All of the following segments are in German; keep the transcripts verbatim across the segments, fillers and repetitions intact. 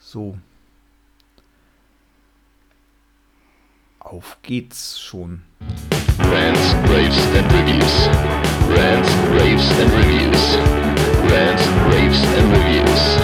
So, auf geht's schon. Rants, Raves and Reviews. Rants, Raves and Reviews. Rants, Raves and Reviews.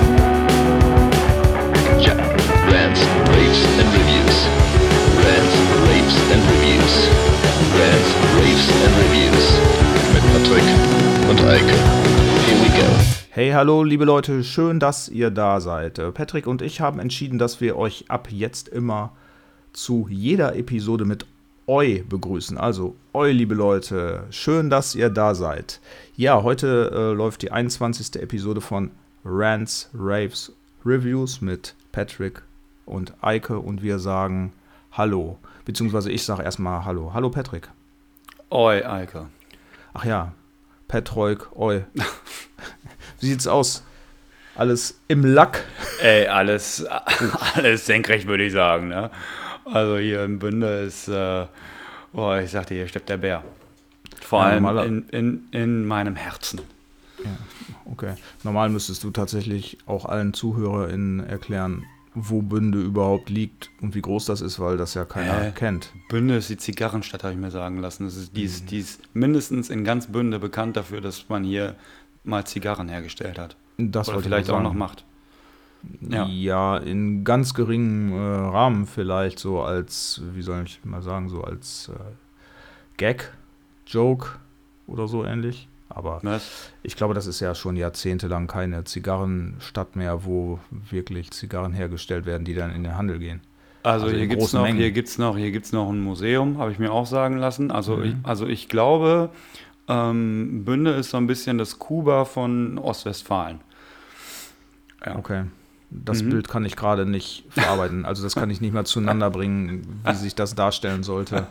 Ja, Rants, Raves and Reviews. Rants, Raves and Reviews. Rants, Raves and Reviews. Mit Patrick und Eike. Here we go. Hey, hallo liebe Leute, schön, dass ihr da seid. Äh, Patrick und ich haben entschieden, dass wir euch ab jetzt immer zu jeder Episode mit Oi begrüßen. Also, Oi, liebe Leute, schön, dass ihr da seid. Ja, heute äh, läuft die einundzwanzigste Episode von Rants, Raves, Reviews mit Patrick und Eike und wir sagen Hallo. Beziehungsweise ich sage erstmal Hallo. Hallo Patrick. Oi, Eike. Ach ja, Patrick, Oi. Wie sieht's aus? Alles im Lack? Ey, alles, alles senkrecht, würde ich sagen, ne? Also hier in Bünde ist, äh, boah, ich sagte, hier steppt der Bär. Vor Ja, allem normaler- in, in, in meinem Herzen. Ja, okay. Normal müsstest du tatsächlich auch allen ZuhörerInnen erklären, wo Bünde überhaupt liegt und wie groß das ist, weil das ja keiner Äh. kennt. Bünde ist die Zigarrenstadt, habe ich mir sagen lassen. Das ist, die, ist, die ist mindestens in ganz Bünde bekannt dafür, dass man hier mal Zigarren hergestellt hat. Das Oder wollte ich vielleicht mal auch noch sagen. macht. Ja. Ja. in ganz geringem äh, Rahmen vielleicht, so als, wie soll ich mal sagen, so als äh, Gag, Joke oder so ähnlich. Aber Was? ich glaube, das ist ja schon jahrzehntelang keine Zigarrenstadt mehr, wo wirklich Zigarren hergestellt werden, die dann in den Handel gehen. Also, Also in hier gibt es großen noch, Mengen. hier gibt's noch, hier gibt's noch ein Museum, habe ich mir auch sagen lassen. Also, Mhm. ich, also ich glaube, ähm, Bünde ist so ein bisschen das Kuba von Ostwestfalen. Ja. Okay. Das Mhm. Bild kann ich gerade nicht verarbeiten. Also das kann ich nicht mal zueinander bringen, wie sich das darstellen sollte.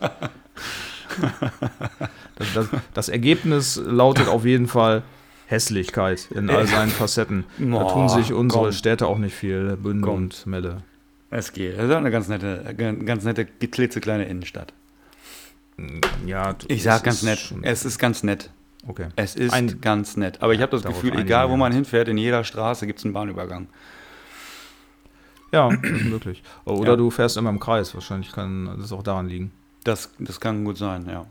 Das, das, das Ergebnis lautet auf jeden Fall Hässlichkeit in all seinen Facetten. Da Boah, tun sich unsere komm. Städte auch nicht viel, Bünde Komm. und Melle. Es geht. Das ist auch eine ganz nette, ganz nette, klitzekleine Innenstadt. Ja, Ich sag es ganz ist nett. schon- Es ist ganz nett. Okay. Es ist Ein- ganz nett. Aber ich habe das darauf Gefühl, einigen egal wir wo man uns. hinfährt, in jeder Straße gibt es einen Bahnübergang. Ja, das ist möglich. Oder Ja. du fährst immer im Kreis. Wahrscheinlich kann das auch daran liegen. Das, das kann gut sein, ja.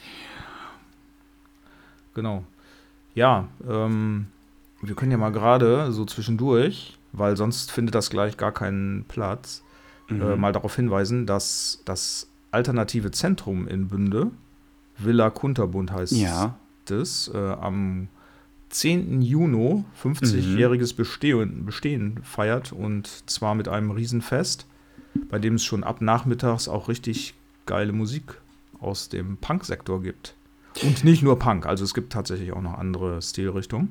Genau. Ja, ähm, wir können ja mal gerade so zwischendurch, weil sonst findet das gleich gar keinen Platz, Mhm. äh, mal darauf hinweisen, dass das alternative Zentrum in Bünde, Villa Kunterbund heißt Ja. es, äh, am zehnten Juni fünfzigjähriges Bestehen, Bestehen feiert und zwar mit einem Riesenfest, bei dem es schon ab nachmittags auch richtig geile Musik aus dem Punk-Sektor gibt. Und nicht nur Punk, also es gibt tatsächlich auch noch andere Stilrichtungen.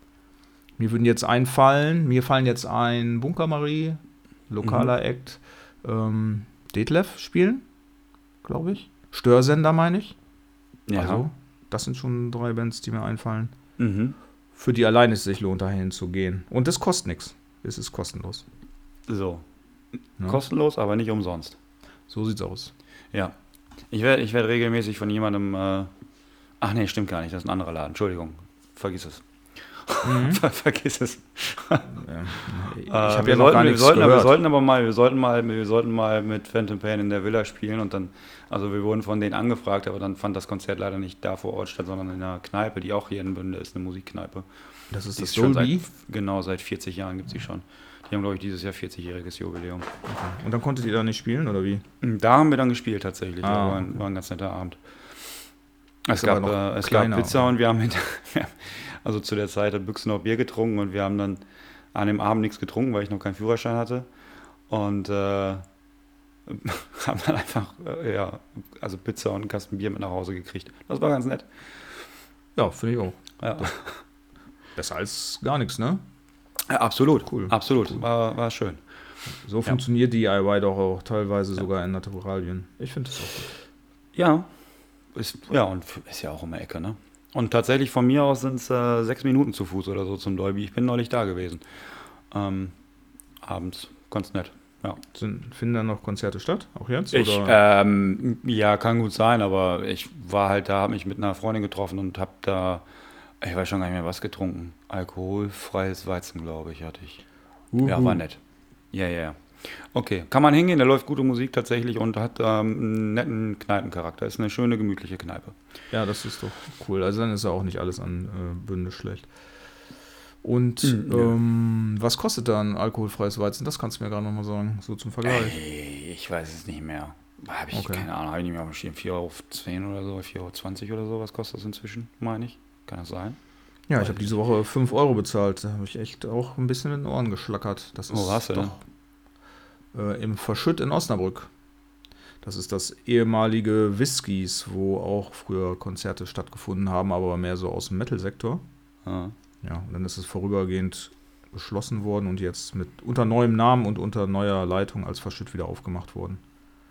Mir würden jetzt einfallen, mir fallen jetzt ein Bunker Marie, lokaler Act, ähm, Detlef spielen, glaube ich. Störsender meine ich. Ja. Also, das sind schon drei Bands, die mir einfallen. Mhm. Für die allein es sich lohnt, dahin zu gehen. Und das kostet nichts. Es ist kostenlos. So. Ja. Kostenlos, aber nicht umsonst. So sieht's aus. Ja. Ich werde ich werd regelmäßig von jemandem. Äh, ach nee, stimmt gar nicht. Das ist ein anderer Laden. Entschuldigung. Vergiss es. Ver Vergiss es. Ja. Ich Äh, habe wir ja noch sollten, gar wir nichts sollten, gehört. Wir sollten aber mal, wir sollten mal, wir sollten mal mit Phantom Pain in der Villa spielen und dann, also wir wurden von denen angefragt, aber dann fand das Konzert leider nicht da vor Ort statt, sondern in einer Kneipe, die auch hier in Bünde ist, eine Musikkneipe. Das ist Die das ist schon seit, Dolby. genau, seit vierzig Jahren gibt es die schon. Die haben, glaube ich, dieses Jahr vierzigjähriges Jubiläum. Und dann konntet ihr da nicht spielen, oder wie? Da haben wir dann gespielt tatsächlich. Ah, das war ein, okay. war ein ganz netter Abend. Ist Es aber gab, noch äh, es gab kleiner, Pizza oder? und wir haben mit, also zu der Zeit hat Büchsen noch Bier getrunken und wir haben dann an dem Abend nichts getrunken, weil ich noch keinen Führerschein hatte. Und äh, haben dann einfach, äh, ja, also Pizza und einen Kasten Bier mit nach Hause gekriegt. Das war ganz nett. Ja, finde ich auch. Ja, Besser als gar nichts, ne? ja absolut. Cool. Absolut. War, war schön. So funktioniert D I Y doch auch teilweise sogar in Naturalien. Ich finde das auch gut. Ja. Ist, ja, und ist ja auch um die Ecke, ne? Und tatsächlich von mir aus sind es äh, sechs Minuten zu Fuß oder so zum Dolby. Ich bin neulich da gewesen. Ähm, abends. Ganz nett. Ja. Sind, finden dann noch Konzerte statt? Auch jetzt? Ich, oder? ähm, ja, kann gut sein, aber ich war halt da, habe mich mit einer Freundin getroffen und habe da, ich weiß schon gar nicht mehr was getrunken. Alkoholfreies Weizen, glaube ich, hatte ich. Ja, Uhu. war nett. Ja, ja. Okay, kann man hingehen, da läuft gute Musik tatsächlich und hat ähm, einen netten Kneipencharakter. Ist eine schöne, gemütliche Kneipe. Ja, das ist doch cool. Also dann ist ja auch nicht alles an äh, Bünde schlecht. Und Mhm, ähm, was kostet da ein alkoholfreies Weizen? Das kannst du mir gerade nochmal sagen, so zum Vergleich. Ey, ich weiß es nicht mehr. Habe ich Okay. keine Ahnung, habe ich nicht mehr auf dem Schirm. vier Euro zehn oder so, vier Euro zwanzig oder so, was kostet das inzwischen, meine ich? Kann das sein? Ja, ich Weiß habe ich diese Woche fünf Euro bezahlt. Da habe ich echt auch ein bisschen mit den Ohren geschlackert. Das ist Wo warst du denn? doch äh, im Verschütt in Osnabrück. Das ist das ehemalige Whiskys, wo auch früher Konzerte stattgefunden haben, aber mehr so aus dem Metal-Sektor. Ah. Ja, und dann ist es vorübergehend geschlossen worden und jetzt mit unter neuem Namen und unter neuer Leitung als Verschütt wieder aufgemacht worden.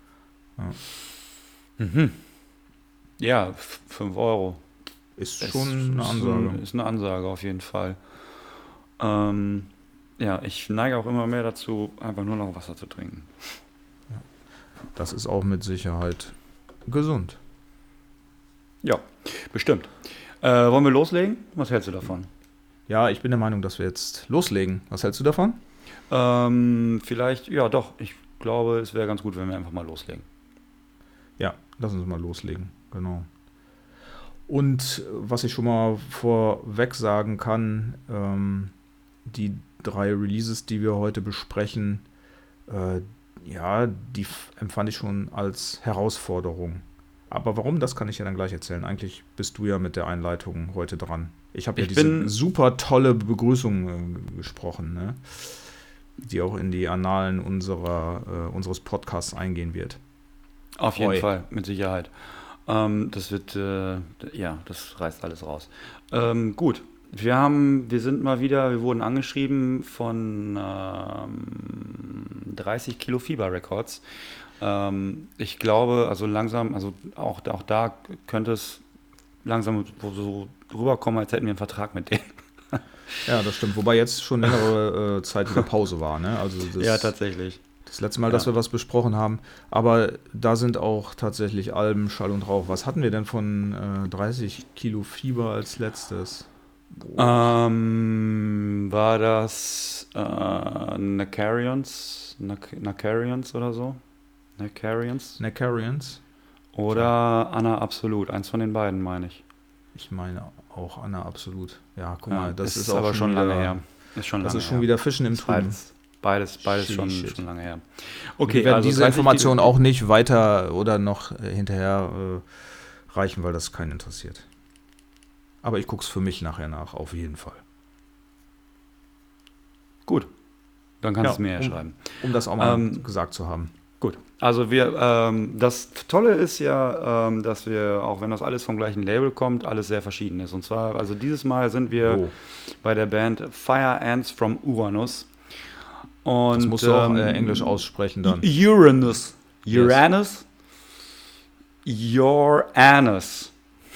Mhm. Ja, fünf Euro. Ist Ist- schon eine ist Ansage. ein- Ist eine Ansage auf jeden Fall. Ähm, ja, ich neige auch immer mehr dazu, einfach nur noch Wasser zu trinken. Das ist auch mit Sicherheit gesund. Ja, bestimmt. Äh, wollen wir loslegen? Was hältst du davon? Ja, ich bin der Meinung, dass wir jetzt loslegen. Was hältst du davon? Ähm, vielleicht, ja doch, ich glaube, es wäre ganz gut, wenn wir einfach mal loslegen. Ja, lass uns mal loslegen. Genau. Und äh, was ich schon mal vorweg sagen kann, ähm, die drei Releases, die wir heute besprechen, äh, ja, die f- empfand ich schon als Herausforderung. Aber warum, das kann ich ja dann gleich erzählen. Eigentlich bist du ja mit der Einleitung heute dran. Ich habe ja Ich diese bin- super tolle Begrüßung äh, gesprochen, ne? Die auch in die Annalen unserer, äh, unseres Podcasts eingehen wird. Auf jeden Oi. Fall, mit Sicherheit. Ähm, das wird, äh, ja, das reißt alles raus. Ähm, gut, wir haben, wir sind mal wieder, wir wurden angeschrieben von ähm, dreißig Kilo Fieber Records. Ähm, ich glaube, also langsam, also auch, auch da könnte es langsam so rüberkommen, als hätten wir einen Vertrag mit denen. Ja, das stimmt. Wobei jetzt schon längere äh, Zeit wieder Pause war, ne? Also das, tatsächlich. das letzte Mal, Ja. dass wir was besprochen haben. Aber da sind auch tatsächlich Alben, Schall und Rauch. Was hatten wir denn von äh, dreißig Kilo Fieber als letztes? Ähm, war das äh, Necarians? Nac- Necarians oder so? Necarians? Necarians? Oder Anna Absolut? Eins von den beiden, meine ich. Ich meine auch Anna Absolut. Ja, guck Ja, mal, das ist, ist auch aber schon wieder, lange her. Ist schon Das lange ist schon her. wieder Fischen im Ist Trüben. Beides, beides, beides Shitty schon, shit. schon lange her. Okay, Okay, wir werden also diese dreißig Information Kilo- auch nicht weiter oder noch äh, hinterher äh, reichen, weil das keinen interessiert. Aber ich gucke es für mich nachher nach, auf jeden Fall. Gut, dann kannst Ja, du es mir ja um- schreiben. Um das auch mal Ähm, gesagt zu haben. Gut, also wir, ähm, das Tolle ist ja, ähm, dass wir, auch wenn das alles vom gleichen Label kommt, alles sehr verschieden ist. Und zwar, also dieses Mal sind wir Oh. bei der Band Fire Ants from Uranus. Und, Das musst du auch ähm, äh, Englisch aussprechen dann. Uranus. Yes. Uranus? Your Anus.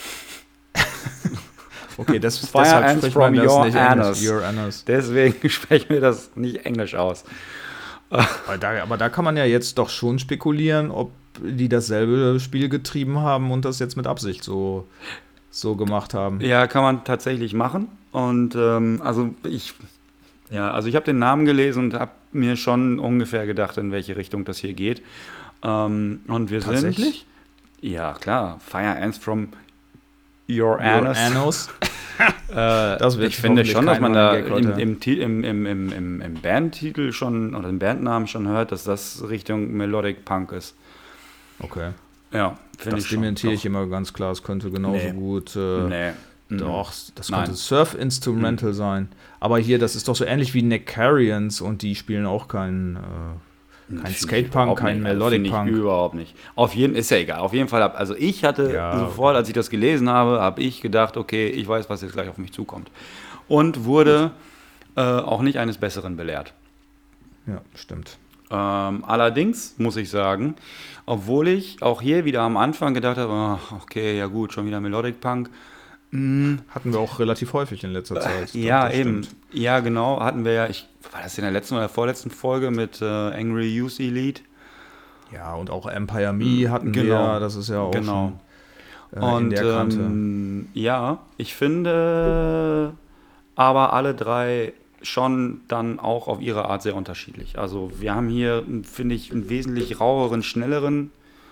Okay, das, Fire deshalb ants spricht from man das your nicht anus. Englisch. Your anus. Deswegen sprechen wir das nicht Englisch aus. Aber da, aber da kann man ja jetzt doch schon spekulieren, ob die dasselbe Spiel getrieben haben und das jetzt mit Absicht so, so gemacht haben. Ja, kann man tatsächlich machen. Und ähm, also ich, ja, also ich habe den Namen gelesen und habe mir schon ungefähr gedacht, in welche Richtung das hier geht. Ähm, und wir Tatsächlich? sind, ja klar, Fire Ants from Your Your Anus. anus. Äh, Das wird ich finde hoffentlich schon, dass kein man da Running Gag im, heute. im, Ti- im, im, im, im, im Bandtitel schon oder im Bandnamen schon hört, dass das Richtung Melodic Punk ist. Okay. Ja, finde Das ich schon. dementiere ich Doch. immer ganz klar. Es könnte genauso Nee. gut. Äh, Nee. Mhm. Doch, das Nein. könnte Surf-Instrumental sein. Aber hier, das ist doch so ähnlich wie Necarians und die spielen auch keinen. Äh, Kein Finde ich Skatepunk, überhaupt kein nicht. Also Melodic finde ich Punk. Überhaupt nicht. Auf jeden ist ja egal. Auf jeden Fall, hab, also ich hatte Ja, sofort, als ich das gelesen habe, habe ich gedacht, okay, ich weiß, was jetzt gleich auf mich zukommt. Und wurde äh, auch nicht eines Besseren belehrt. ja, stimmt. Ähm, allerdings muss ich sagen, obwohl ich auch hier wieder am Anfang gedacht habe, oh, okay, ja gut, schon wieder Melodic Punk. Mm, Hatten wir auch relativ häufig in letzter Zeit. ja, Das eben. stimmt. Ja, genau. Hatten wir ja, ich, war das in der letzten oder vorletzten Folge mit äh, Angry Youth Elite? Ja, und auch Empire Me hatten Genau. wir, das ist ja auch Genau. schon äh, in Und der Kante. ähm, ja, ich finde aber alle drei schon dann auch auf ihre Art sehr unterschiedlich. Also wir haben hier, finde ich, einen wesentlich raueren, schnelleren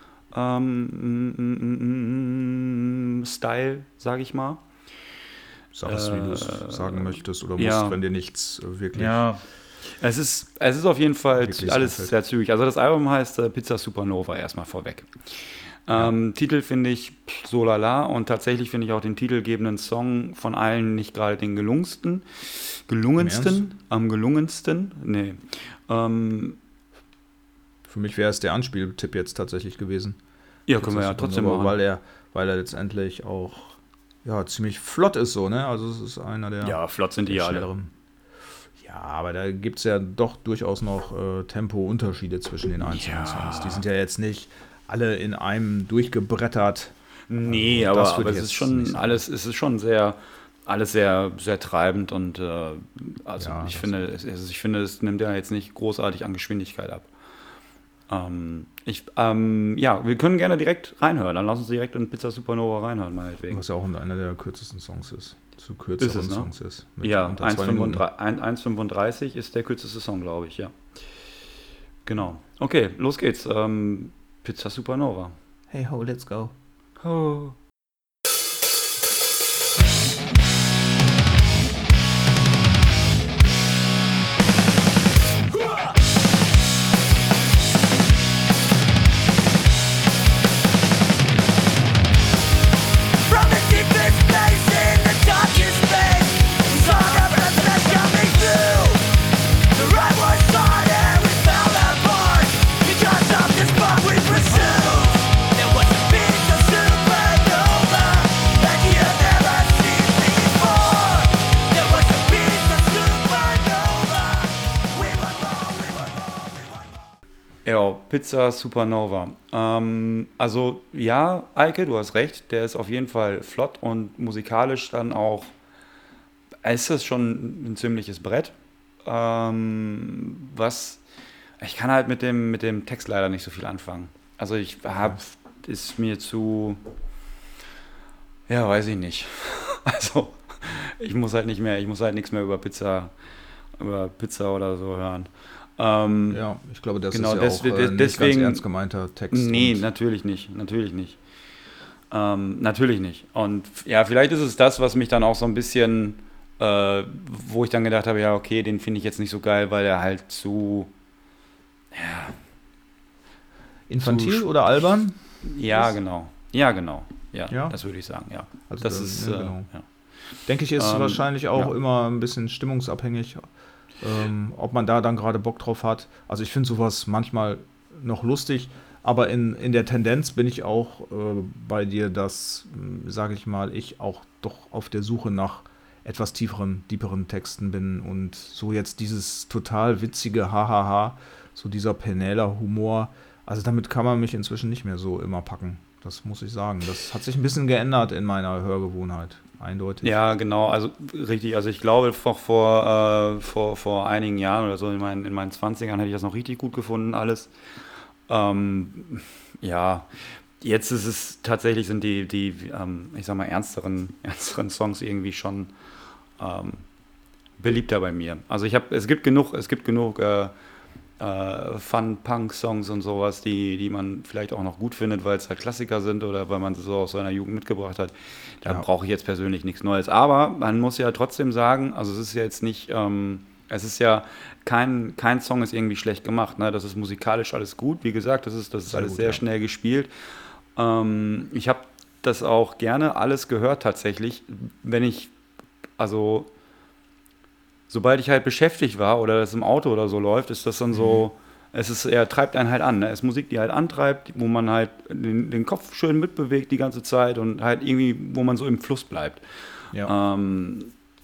ähm, Style, sage ich mal. Sag es, wie du es Äh, sagen möchtest oder musst, ja. wenn dir nichts äh, wirklich... Ja, es ist, es ist auf jeden Fall Wirklich alles auffällt. sehr zügig. Also das Album heißt äh, Pizza Supernova erstmal vorweg. Ähm, Titel finde ich pff, so lala und tatsächlich finde ich auch den titelgebenden Song von allen nicht gerade den gelungensten. Gelungensten? Am gelungensten? Nee. Ähm, Für mich wäre es der Anspieltipp jetzt tatsächlich gewesen. ja, können wir ja trotzdem Aber machen. Weil er, weil er letztendlich auch ja, ziemlich flott ist so, ne? Also es ist einer der, ja, flott sind die der ja alle. schnelleren. Ja, aber da gibt es ja doch durchaus noch äh, Tempo-Unterschiede zwischen den einzelnen Ja. Songs. Die sind ja jetzt nicht alle in einem durchgebrettert. Nee, Also, das aber, würde aber ich es ist jetzt schon nicht sagen. alles, es ist schon sehr, alles sehr, sehr treibend und äh, also Ja, ich das- finde, es, also ich finde, es nimmt ja jetzt nicht großartig an Geschwindigkeit ab. Ähm, ich, ähm, ja, wir können gerne direkt reinhören. Dann lass uns direkt in Pizza Supernova reinhören, meinetwegen. Was ja auch einer der kürzesten Songs ist. Zu kürzeren Ist es, ne? Songs ist. Mit Ja, unter zwei Minuten. eins fünfunddreißig ist der kürzeste Song, glaube ich, ja. Genau. Okay, los geht's. Ähm, Pizza Supernova. Hey ho, let's go. Oh. From the deepest place in the darkest space, we saw the president coming through. The ride was hard and we fell apart because of this bomb we pursued. There was a piece of supernova that you had never seen before. There was a piece of supernova. We were wrong, we were wrong, we were wrong. Ja, Pizza Supernova. Ähm, also ja, Eike, du hast recht, der ist auf jeden Fall flott und musikalisch dann auch, ist das schon ein ziemliches Brett. Ähm, was, ich kann halt mit dem, mit dem Text leider nicht so viel anfangen. Also ich habe, ist mir zu, ja, weiß ich nicht. Also ich muss halt nicht mehr, ich muss halt nichts mehr über Pizza, über Pizza oder so hören. Ähm, Ja, ich glaube, das Genau, ist ja deswe- auch äh, nicht deswegen- ganz ernst gemeinter Text. Nee, und- natürlich nicht, natürlich nicht. Ähm, natürlich nicht. Und f- ja, vielleicht ist es das, was mich dann auch so ein bisschen, äh, wo ich dann gedacht habe, ja, okay, den finde ich jetzt nicht so geil, weil er halt zu, Infantil zu- oder albern? ja, Was? genau, ja, genau, ja, Ja? das würde ich sagen, ja. Also Das dann- ist, ja, äh, genau. ja. Denke ich, ist Ähm, wahrscheinlich auch ja. immer ein bisschen stimmungsabhängig, ähm, ob man da dann gerade Bock drauf hat. Also ich finde sowas manchmal noch lustig, aber in, in der Tendenz bin ich auch äh, bei dir, dass, sage ich mal, ich auch doch auf der Suche nach etwas tieferen, deeperen Texten bin und so jetzt dieses total witzige Hahaha, so dieser Penela-Humor, also damit kann man mich inzwischen nicht mehr so immer packen. Das muss ich sagen. Das hat sich ein bisschen geändert in meiner Hörgewohnheit. Eindeutig. Ja, genau, also richtig, also ich glaube, vor, vor, äh, vor, vor einigen Jahren oder so, in meinen, in meinen zwanzigern hätte ich das noch richtig gut gefunden, alles. Ähm, ja, jetzt ist es tatsächlich, sind die, die ähm, ich sag mal, ernsteren, ernsteren Songs irgendwie schon ähm, beliebter bei mir. Also ich habe, es gibt genug, es gibt genug äh, äh, Fun-Punk-Songs und sowas, die, die man vielleicht auch noch gut findet, weil es halt Klassiker sind oder weil man sie so aus seiner Jugend mitgebracht hat. Da Ja. brauche ich jetzt persönlich nichts Neues. Aber man muss ja trotzdem sagen, also es ist ja jetzt nicht, ähm, es ist ja, kein, kein Song ist irgendwie schlecht gemacht. Ne? Das ist musikalisch alles gut. Wie gesagt, das ist, das ist Sehr alles gut, sehr ja. schnell gespielt. Ähm, ich habe das auch gerne alles gehört tatsächlich, wenn ich, also sobald ich halt beschäftigt war oder das im Auto oder so läuft, ist das dann so, es ist, er treibt einen halt an. Ne? Es ist Musik, die halt antreibt, wo man halt den, den Kopf schön mitbewegt die ganze Zeit und halt irgendwie, wo man so im Fluss bleibt. Ja. Ähm,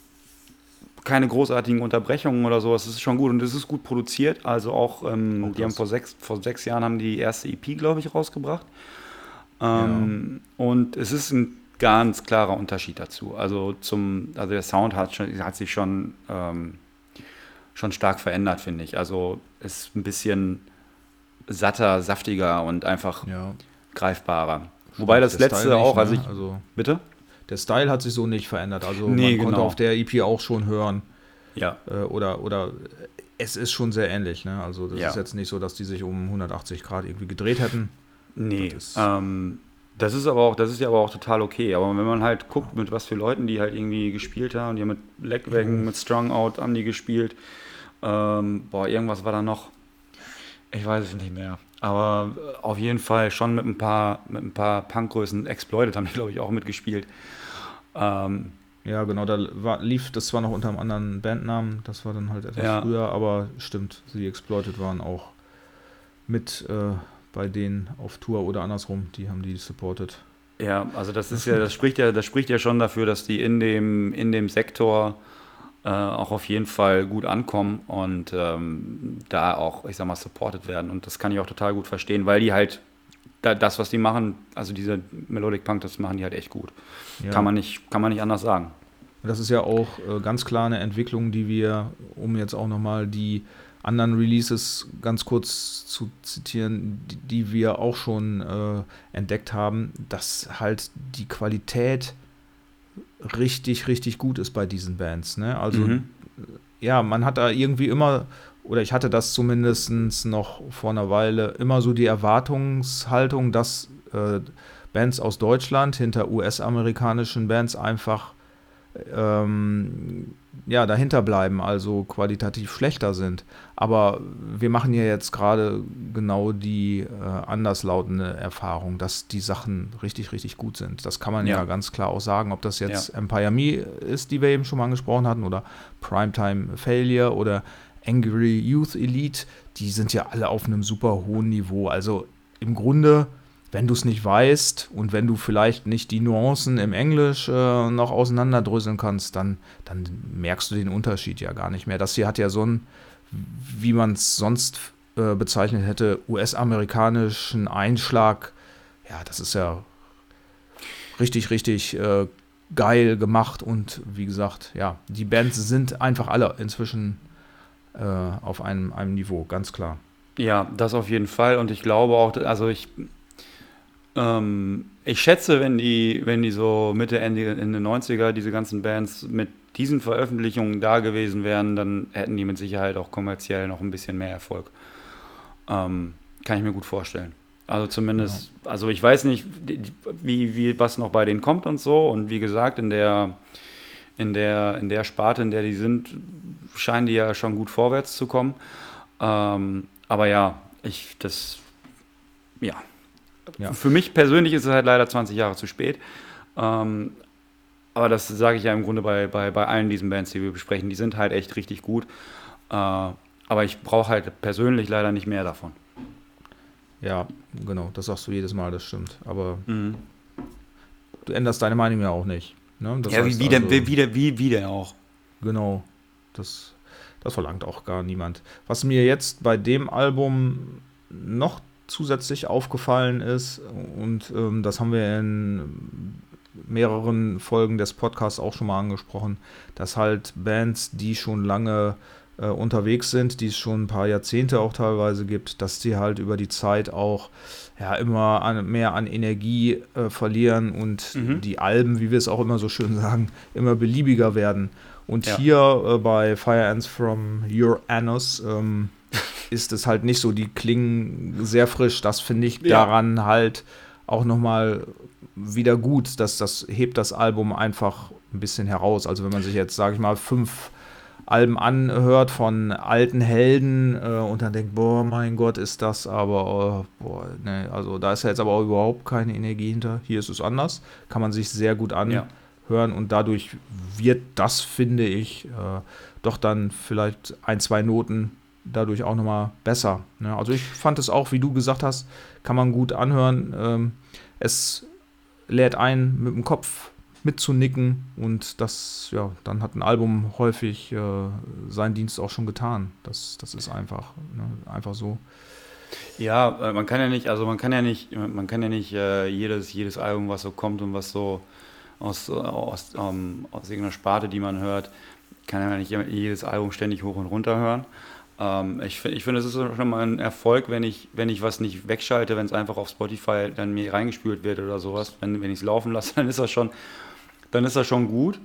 keine großartigen Unterbrechungen oder sowas, das ist schon gut und es ist gut produziert. Also auch, ähm, Auch die haben das. vor sechs, vor sechs Jahren haben die, die erste E P, glaube ich, rausgebracht. Ähm, Und es ist ein ganz klarer Unterschied dazu. Also zum, also der Sound hat, schon, hat sich schon, ähm, schon stark verändert, finde ich. Also ist ein bisschen satter, saftiger und einfach ja. greifbarer. Wobei das Der letzte Style auch, nicht, also ne? ich, also bitte? der Style hat sich so nicht verändert. Also Nee, man konnte genau. auf der E P auch schon hören, Ja. Äh, oder, oder es ist schon sehr ähnlich. Ne? Also das Ja. ist jetzt nicht so, dass die sich um hundertachtzig Grad irgendwie gedreht hätten. Nee, Das ist- ähm, das ist aber auch, das ist ja aber auch total okay. Aber wenn man halt guckt, mit was für Leuten die halt irgendwie gespielt haben, die haben mit Legwagon, mit Strung Out haben die gespielt. Ähm, boah, irgendwas war da noch. Ich weiß es nicht mehr. Aber äh, auf jeden Fall schon mit ein paar, mit ein paar Punkgrößen. Exploited haben die, glaube ich, auch mitgespielt. Ähm, Ja, genau, da war, lief das zwar noch unter einem anderen Bandnamen, das war dann halt etwas Ja. früher, aber stimmt, die Exploited waren auch mit äh, bei denen auf Tour oder andersrum, die haben die supported. Ja, also das ist ja, das spricht ja, das spricht ja schon dafür, dass die in dem, in dem Sektor äh, auch auf jeden Fall gut ankommen und ähm, da auch, ich sag mal, supported werden. Und das kann ich auch total gut verstehen, weil die halt da, das, was die machen, also diese Melodic Punk, das machen die halt echt gut. Ja. Kann man nicht, kann man nicht anders sagen. Das ist ja auch äh, ganz klar eine Entwicklung, die wir, um jetzt auch nochmal die anderen Releases ganz kurz zu zitieren, die, die wir auch schon äh, entdeckt haben, dass halt die Qualität richtig, richtig gut ist bei diesen Bands. Ne? Also Mhm. ja, man hat da irgendwie immer, oder ich hatte das zumindest noch vor einer Weile, immer so die Erwartungshaltung, dass äh, Bands aus Deutschland hinter U S-amerikanischen Bands einfach ähm, ja, dahinter bleiben, also qualitativ schlechter sind. Aber wir machen ja jetzt gerade genau die äh, anderslautende Erfahrung, dass die Sachen richtig, richtig gut sind. Das kann man ja, Ja. ganz klar auch sagen, ob das jetzt Ja. Empire Me ist, die wir eben schon mal angesprochen hatten, oder Primetime Failure oder Angry Youth Elite, die sind ja alle auf einem super hohen Niveau. Also im Grunde, wenn du es nicht weißt und wenn du vielleicht nicht die Nuancen im Englisch äh, noch auseinanderdröseln kannst, dann, dann merkst du den Unterschied ja gar nicht mehr. Das hier hat ja so einen, wie man es sonst äh, bezeichnet hätte, U S-amerikanischen Einschlag. Ja, das ist ja richtig, richtig äh, geil gemacht und wie gesagt, ja, die Bands sind einfach alle inzwischen äh, auf einem, einem Niveau, ganz klar. Ja, das auf jeden Fall. Und ich glaube auch, also ich, ähm, ich schätze, wenn die, wenn die so Mitte, Ende, Ende neunziger, diese ganzen Bands mit diesen Veröffentlichungen da gewesen wären, dann hätten die mit Sicherheit auch kommerziell noch ein bisschen mehr Erfolg. Ähm, kann ich mir gut vorstellen. Also zumindest, also ich weiß nicht, wie, wie was noch bei denen kommt und so. Und wie gesagt, in der, in der, in der Sparte, in der die sind, scheinen die ja schon gut vorwärts zu kommen. Ähm, aber ja, ich, das, ja. Ja. Für mich persönlich ist es halt leider zwanzig Jahre zu spät. Ähm, aber das sage ich ja im Grunde bei, bei, bei allen diesen Bands, die wir besprechen. Die sind halt echt richtig gut. Äh, aber ich brauche halt persönlich leider nicht mehr davon. Ja, genau, das sagst du jedes Mal, das stimmt. Aber Mhm. du änderst deine Meinung ja auch nicht. Ne? Das Ja, heißt wie, wie, denn, also, wie, wie, denn- wie, wie denn auch? Genau, das, das verlangt auch gar niemand. Was mir jetzt bei dem Album noch zusätzlich aufgefallen ist, und ähm, das haben wir in mehreren Folgen des Podcasts auch schon mal angesprochen, dass halt Bands, die schon lange äh, unterwegs sind, die es schon ein paar Jahrzehnte auch teilweise gibt, dass die halt über die Zeit auch ja, immer an, mehr an Energie äh, verlieren und Mhm. die Alben, wie wir es auch immer so schön sagen, immer beliebiger werden. Und Ja. hier äh, bei Fire Ants from Your Anus ähm, ist es halt nicht so, die klingen sehr frisch. Das finde ich Ja. daran halt auch nochmal wieder gut, dass das hebt das Album einfach ein bisschen heraus. Also wenn man sich jetzt, sage ich mal, fünf Alben anhört von alten Helden äh, und dann denkt, boah, mein Gott, ist das aber, äh, boah, ne, also da ist ja jetzt aber auch überhaupt keine Energie hinter. Hier ist es anders, kann man sich sehr gut anhören Ja. und dadurch wird das, finde ich, äh, doch dann vielleicht ein, zwei Noten dadurch auch nochmal besser. Ne? Also ich fand es auch, wie du gesagt hast, kann man gut anhören. Ähm, es lädt ein, mit dem Kopf mitzunicken und das, ja, dann hat ein Album häufig äh, seinen Dienst auch schon getan. Das, das ist einfach, ne, einfach so. Ja, äh, man kann ja nicht, also man kann ja nicht, man kann ja nicht äh, jedes, jedes Album, was so kommt und was so aus, aus, ähm, aus irgendeiner Sparte, die man hört, kann ja nicht jedes Album ständig hoch und runter hören. Ähm, ich finde, ich find, es ist schon mal ein Erfolg, wenn ich, wenn ich was nicht wegschalte, wenn es einfach auf Spotify dann mir reingespült wird oder sowas. Wenn, wenn ich es laufen lasse, dann ist das schon, dann ist das schon gut.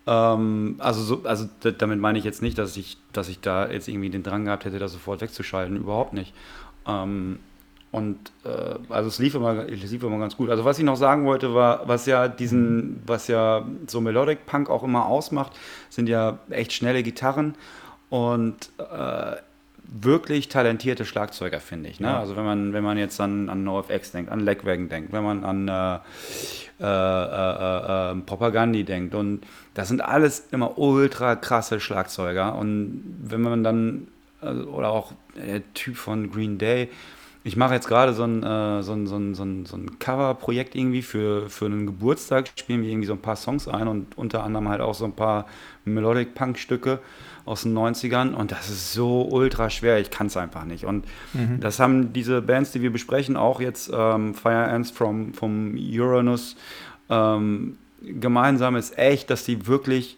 Ähm, also, so, also d- damit meine ich jetzt nicht, dass ich, dass ich da jetzt irgendwie den Drang gehabt hätte, das sofort wegzuschalten. Überhaupt nicht. Ähm, und äh, also es lief immer, es lief immer ganz gut. Also was ich noch sagen wollte, war, was ja diesen, was ja so Melodic Punk auch immer ausmacht, sind ja echt schnelle Gitarren und äh, wirklich talentierte Schlagzeuger, finde ich. Ne? Ja. Also wenn man, wenn man jetzt an, an NoFX denkt, an Legwagon denkt, wenn man an äh, äh, äh, äh, Propagandi denkt. Und das sind alles immer ultra krasse Schlagzeuger. Und wenn man dann, also, oder auch der Typ von Green Day, ich mache jetzt gerade so ein, äh, so ein, so ein, so ein, so ein Cover-Projekt irgendwie für, für einen Geburtstag, spielen wir irgendwie so ein paar Songs ein und unter anderem halt auch so ein paar Melodic-Punk-Stücke aus den neunzigern und das ist so ultra schwer, ich kann es einfach nicht. Und mhm. das haben diese Bands, die wir besprechen, auch jetzt ähm, Fire Ants from, vom Uranus, ähm, gemeinsam ist echt, dass die wirklich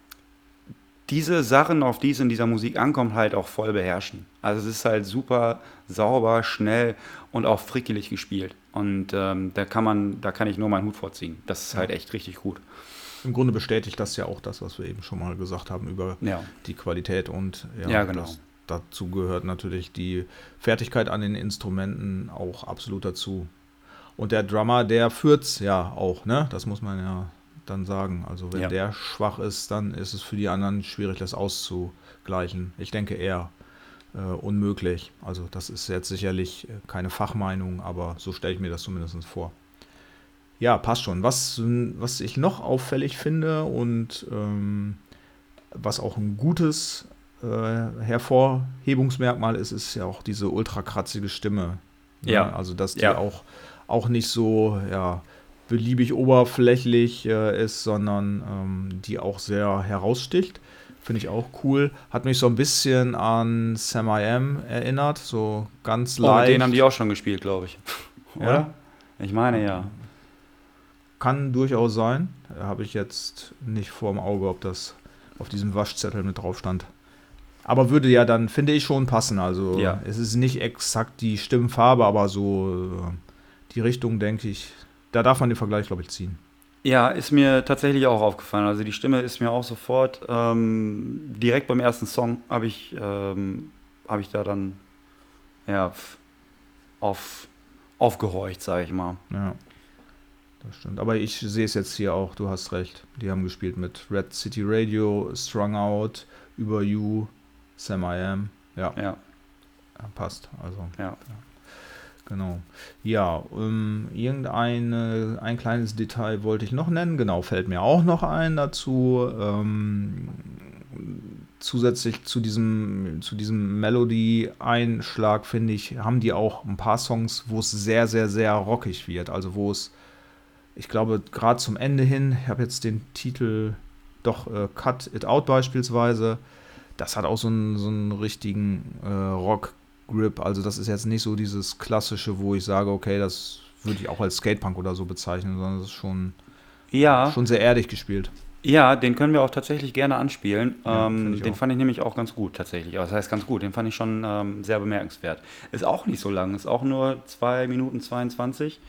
diese Sachen, auf die es in dieser Musik ankommt, halt auch voll beherrschen. Also es ist halt super sauber, schnell und auch frickelig gespielt. Und ähm, da kann man, da kann ich nur meinen Hut vorziehen. Das ist ja. halt echt richtig gut. Im Grunde bestätigt das ja auch das, was wir eben schon mal gesagt haben über ja. die Qualität und ja, ja genau. das, dazu gehört natürlich die Fertigkeit an den Instrumenten auch absolut dazu. Und der Drummer, der führt's ja auch, ne? Das muss man ja dann sagen. Also wenn ja. der schwach ist, dann ist es für die anderen schwierig, das auszugleichen. Ich denke eher äh, unmöglich. Also das ist jetzt sicherlich keine Fachmeinung, aber so stelle ich mir das zumindest vor. Ja, passt schon. Was, was ich noch auffällig finde und ähm, was auch ein gutes äh, Hervorhebungsmerkmal ist, ist ja auch diese ultrakratzige Stimme. Ne? Ja. Also dass die ja. auch, auch nicht so, ja, beliebig oberflächlich äh, ist, sondern ähm, die auch sehr heraussticht. Finde ich auch cool. Hat mich so ein bisschen an Sam I Am erinnert, so ganz leicht. Oh, mit denen haben die auch schon gespielt, glaube ich. Oder? Ja? Ich meine, ja. Kann durchaus sein. Habe ich jetzt nicht vor dem Auge, ob das auf diesem Waschzettel mit drauf stand. Aber würde ja dann, finde ich, schon passen. Also ja. es ist nicht exakt die Stimmfarbe, aber so äh, die Richtung, denke ich, da darf man den Vergleich, glaube ich, ziehen. Ja, ist mir tatsächlich auch aufgefallen. Also die Stimme ist mir auch sofort, ähm, direkt beim ersten Song habe ich, ähm, hab ich da dann ja, auf, aufgehorcht, sage ich mal. Ja, das stimmt. Aber ich sehe es jetzt hier auch, du hast recht. Die haben gespielt mit Red City Radio, Strung Out, Über You, Sam I Am. Ja, ja. ja passt. Also, ja. ja. Genau. Ja, um, irgendein ein kleines Detail wollte ich noch nennen. Genau, fällt mir auch noch ein dazu. Ähm, zusätzlich zu diesem, zu diesem Melody-Einschlag, finde ich, haben die auch ein paar Songs, wo es sehr, sehr, sehr rockig wird. Also wo es, ich glaube, gerade zum Ende hin, ich habe jetzt den Titel doch äh, Cut It Out beispielsweise, das hat auch so einen, so einen richtigen äh, Rock Grip, also das ist jetzt nicht so dieses klassische, wo ich sage, okay, das würde ich auch als Skatepunk oder so bezeichnen, sondern das ist schon, ja. schon sehr erdig gespielt. Ja, den können wir auch tatsächlich gerne anspielen. Ja, ähm, den auch. fand ich nämlich auch ganz gut tatsächlich. Das heißt ganz gut, den fand ich schon ähm, sehr bemerkenswert. Ist auch nicht so lang, ist auch nur zwei Minuten zweiundzwanzig.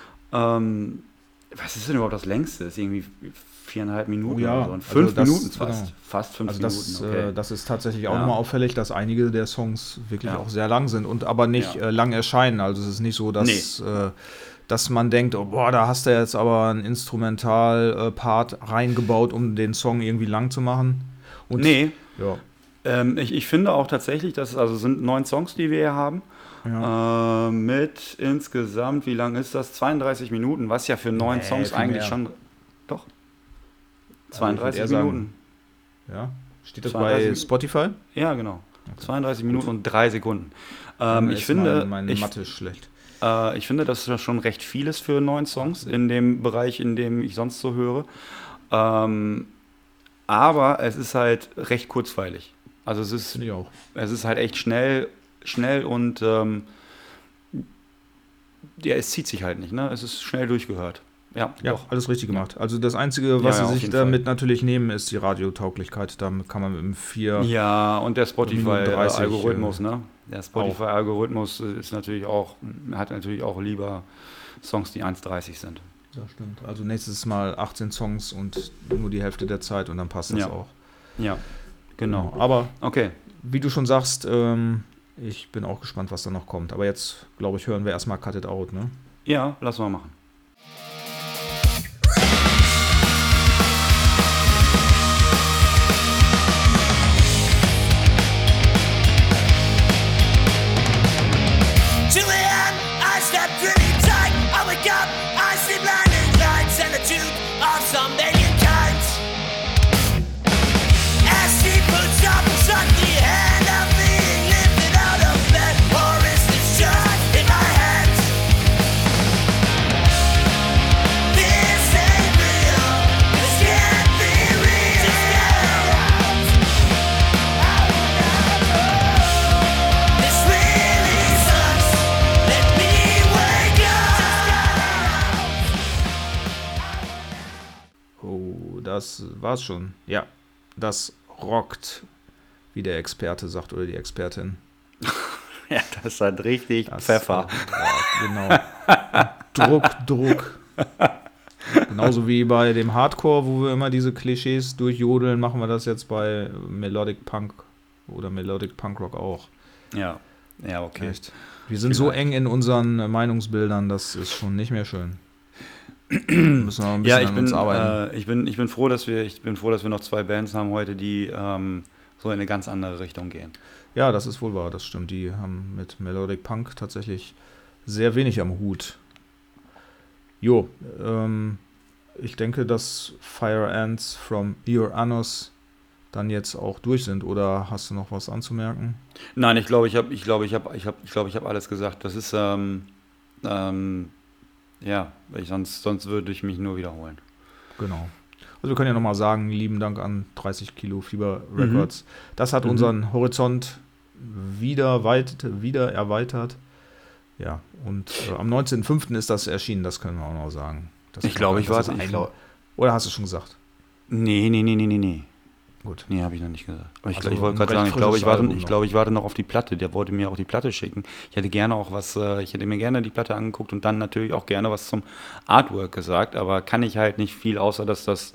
Ähm, was ist denn überhaupt das längste? Ist irgendwie viereinhalb Minuten oh ja, oder so. Und fünf also das, Minuten fast. Genau. Fast fünf also das, Minuten. Okay. Äh, das ist tatsächlich auch ja. nochmal auffällig, dass einige der Songs wirklich ja. auch sehr lang sind und aber nicht ja. äh, lang erscheinen. Also es ist nicht so, dass, nee. äh, dass man denkt, oh, boah, da hast du jetzt aber einen Instrumental-Part reingebaut, um den Song irgendwie lang zu machen. Und, nee. Ja. Ähm, ich, ich finde auch tatsächlich, dass es also sind neun Songs, die wir hier haben. Ja. Äh, mit insgesamt, wie lang ist das? zweiunddreißig Minuten, was ja für neun nee, Songs eigentlich mehr. schon. Doch. zweiunddreißig also Minuten. Sagen, ja. Steht das bei Spotify? Ja, genau. Okay. zweiunddreißig Minuten und drei Sekunden. Ähm, ich finde, mein, meine ich, Mathe ist schlecht. Äh, ich finde, das ist schon recht vieles für neun Songs in dem Bereich, in dem ich sonst so höre. Ähm, aber es ist halt recht kurzweilig. Also es ist, finde ich auch. Es ist halt echt schnell, schnell und ähm, ja, es zieht sich halt nicht. Ne? Es ist schnell durchgehört. Ja, ja doch. alles richtig gemacht. Also das Einzige, was ja, ja, sie sich damit Fall. natürlich nehmen, ist die Radiotauglichkeit. Damit kann man mit dem vier Ja, und der Spotify-Algorithmus, äh, ne? Der Spotify-Algorithmus ist natürlich auch, hat natürlich auch lieber Songs, die eins dreißig sind. Das stimmt. Also nächstes Mal achtzehn Songs und nur die Hälfte der Zeit und dann passt das Ja. auch. Ja, genau. Aber Okay. wie du schon sagst, ähm, ich bin auch gespannt, was da noch kommt. Aber jetzt, glaube ich, hören wir erstmal Cut It Out, ne? Ja, lass mal machen. two a.m. I slept really tight. I wake up, I see blinding lights and the tube of some alien kind. As she puts up a suddenly hand, I'm being lifted out of bed, or is this just in my head? This ain't real. This can't be real. This really sucks. Let me wake up. Oh, das war's schon. Ja, das rockt, wie der Experte sagt oder die Expertin. Ja, das hat richtig Das, Pfeffer. äh, Genau. Druck, Druck. Genauso wie bei dem Hardcore, wo wir immer diese Klischees durchjodeln, machen wir das jetzt bei Melodic Punk oder Melodic Punk Rock auch. Ja, ja, okay. Echt. Wir sind so eng in unseren Meinungsbildern, das ist schon nicht mehr schön. Müssen wir ein bisschen Ja, ich an bin, uns arbeiten. äh, ich bin, ich bin froh, dass wir, ich bin froh, dass wir noch zwei Bands haben heute, die ähm, so in eine ganz andere Richtung gehen. Ja, das ist wohl wahr, das stimmt. Die haben mit Melodic Punk tatsächlich sehr wenig am Hut. Jo, ähm, ich denke, dass Fire Ants from Your Anus dann jetzt auch durch sind. Oder hast du noch was anzumerken? Nein, ich glaube, ich habe, ich glaube, ich habe, ich habe, ich glaube, ich habe alles gesagt. Das ist, ähm, ähm, ja, ich, sonst, sonst würde ich mich nur wiederholen. Genau. Also wir können ja nochmal sagen, lieben Dank an dreißig Kilo Fieber Records. Das hat Mhm. unseren Horizont wieder, weit, wieder erweitert. Ja, und äh, am neunzehnten fünften ist das erschienen, das können wir auch noch sagen. Das Ich glaube, ich das war ist es- ich ein- glaub- Oder hast du schon gesagt? Nee, nee, nee, nee, nee, nee. Gut. Nee, habe ich noch nicht gesagt. Aber ich, Also glaub, ich wollte ein gerade recht sagen, ich glaube, ich frisches warte, Album ich noch. glaube, ich warte noch auf die Platte. Der wollte mir auch die Platte schicken. Ich hätte gerne auch was, äh, ich hätte mir gerne die Platte angeguckt und dann natürlich auch gerne was zum Artwork gesagt, aber kann ich halt nicht viel, außer dass das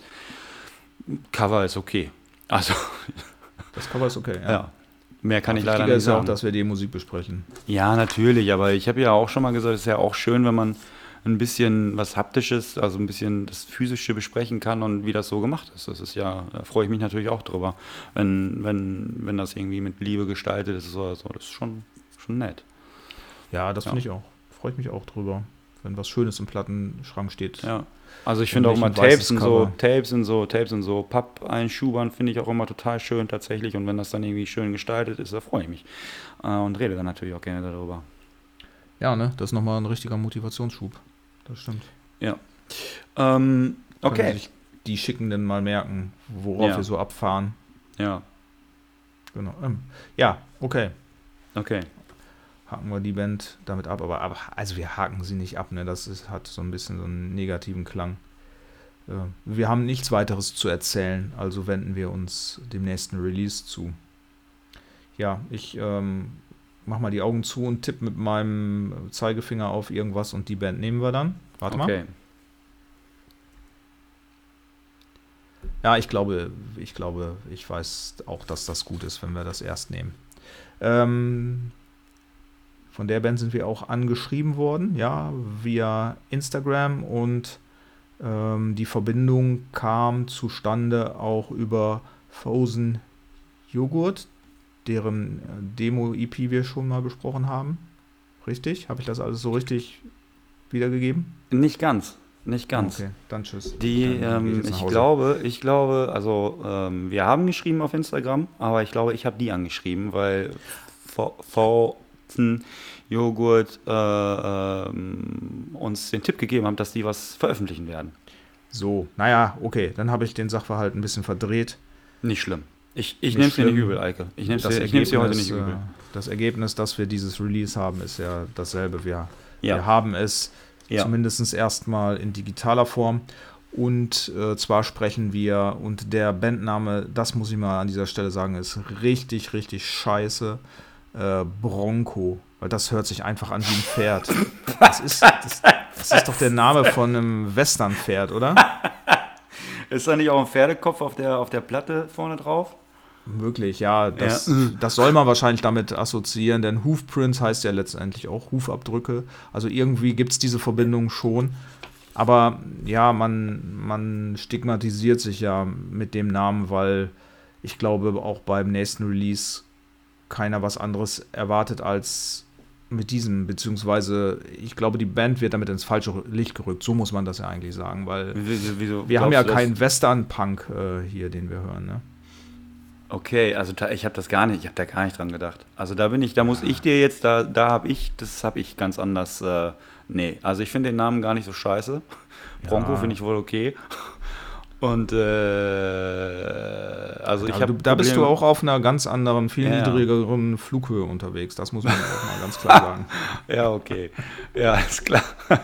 Cover ist okay. Also, Das Cover ist okay. ja. Mehr kann ich leider Wichtiger nicht ist ja auch, sagen. dass wir die Musik besprechen. Ja, natürlich, aber ich habe ja auch schon mal gesagt, es ist ja auch schön, wenn man ein bisschen was Haptisches, also ein bisschen das Physische besprechen kann und wie das so gemacht ist. Das ist ja, da freue ich mich natürlich auch drüber, wenn, wenn, wenn das irgendwie mit Liebe gestaltet ist oder so. Das ist schon, schon nett. Ja, das Ja. finde ich auch. Freue ich mich auch drüber, wenn was Schönes im Plattenschrank steht. Ja. Also ich Und finde auch nicht immer ein weißes Tapes und so, Cover. Tapes und so, Tapes und so, Pappeinschubern finde ich auch immer total schön tatsächlich. Und wenn das dann irgendwie schön gestaltet ist, da freue ich mich. Äh, und rede dann natürlich auch gerne darüber. Ja, ne? Das ist nochmal ein richtiger Motivationsschub. Das stimmt. Ähm, Können okay. sich die Schickenden mal merken, worauf Ja. wir so abfahren. Ja, Genau. Ähm, ja, okay. okay. Haken wir die Band damit ab. Aber, aber also wir haken sie nicht ab, ne? Das ist, hat so ein bisschen so einen negativen Klang. Äh, wir haben nichts weiteres zu erzählen, also wenden wir uns dem nächsten Release zu. Ja, ich ähm, mach mal die Augen zu und tippe mit meinem Zeigefinger auf irgendwas und die Band nehmen wir dann. Warte mal. Okay. Ja, ich glaube, ich glaube, ich weiß auch, dass das gut ist, wenn wir das erst nehmen. Ähm, von der Band sind wir auch angeschrieben worden, ja, via Instagram und ähm, die Verbindung kam zustande auch über Frozen Joghurt, deren äh, Demo-E P wir schon mal besprochen haben. Richtig? Habe ich das alles so richtig wiedergegeben? Nicht ganz. Nicht ganz. Okay, dann tschüss. Die, Dann geh ähm, jetzt nach ich Hause. glaube, ich glaube, also ähm, wir haben geschrieben auf Instagram, aber ich glaube, ich habe die angeschrieben, weil Frozen Joghurt äh, ähm, uns den Tipp gegeben haben, dass die was veröffentlichen werden. So, naja, okay, dann habe ich den Sachverhalt ein bisschen verdreht. Nicht schlimm. Ich, ich Nicht nehme es dir nicht schlimm. übel, Eike. Ich nehme es Das dir, ich nehm's dir heute nicht Ergebnis, übel. äh, das Ergebnis, dass wir dieses Release haben, ist ja dasselbe. Wir, Ja. wir haben es Ja. zumindest erstmal in digitaler Form. Und äh, zwar sprechen wir, und der Bandname, das muss ich mal an dieser Stelle sagen, ist richtig, richtig scheiße. Äh, Bronco. Weil das hört sich einfach an wie ein Pferd. Das ist, das, Das ist doch der Name von einem Westernpferd, oder? Ist da nicht auch ein Pferdekopf auf der, auf der Platte vorne drauf? Wirklich, ja das, Ja. das soll man wahrscheinlich damit assoziieren, denn Hoofprints heißt ja letztendlich auch Hufabdrücke. Also irgendwie gibt es diese Verbindung schon. Aber ja, man, man stigmatisiert sich ja mit dem Namen, weil ich glaube, auch beim nächsten Release keiner was anderes erwartet als mit diesem, beziehungsweise ich glaube, die Band wird damit ins falsche Licht gerückt. So muss man das ja eigentlich sagen, weil Wieso, wieso wir haben ja glaubst du das? keinen Western-Punk äh, hier, den wir hören, ne? Okay, also da, ich habe das gar nicht, ich habe da gar nicht dran gedacht. Also da bin ich, da muss ich dir jetzt, da, da habe ich, das habe ich ganz anders, äh, nee, also ich finde den Namen gar nicht so scheiße. Bronco Ja. finde ich wohl okay. Und äh, also ich Ja, habe du, da bist du auch auf einer ganz anderen, viel Ja, ja. niedrigeren Flughöhe unterwegs. Das muss man auch mal ganz klar sagen. Ja, okay. Ja, ist klar.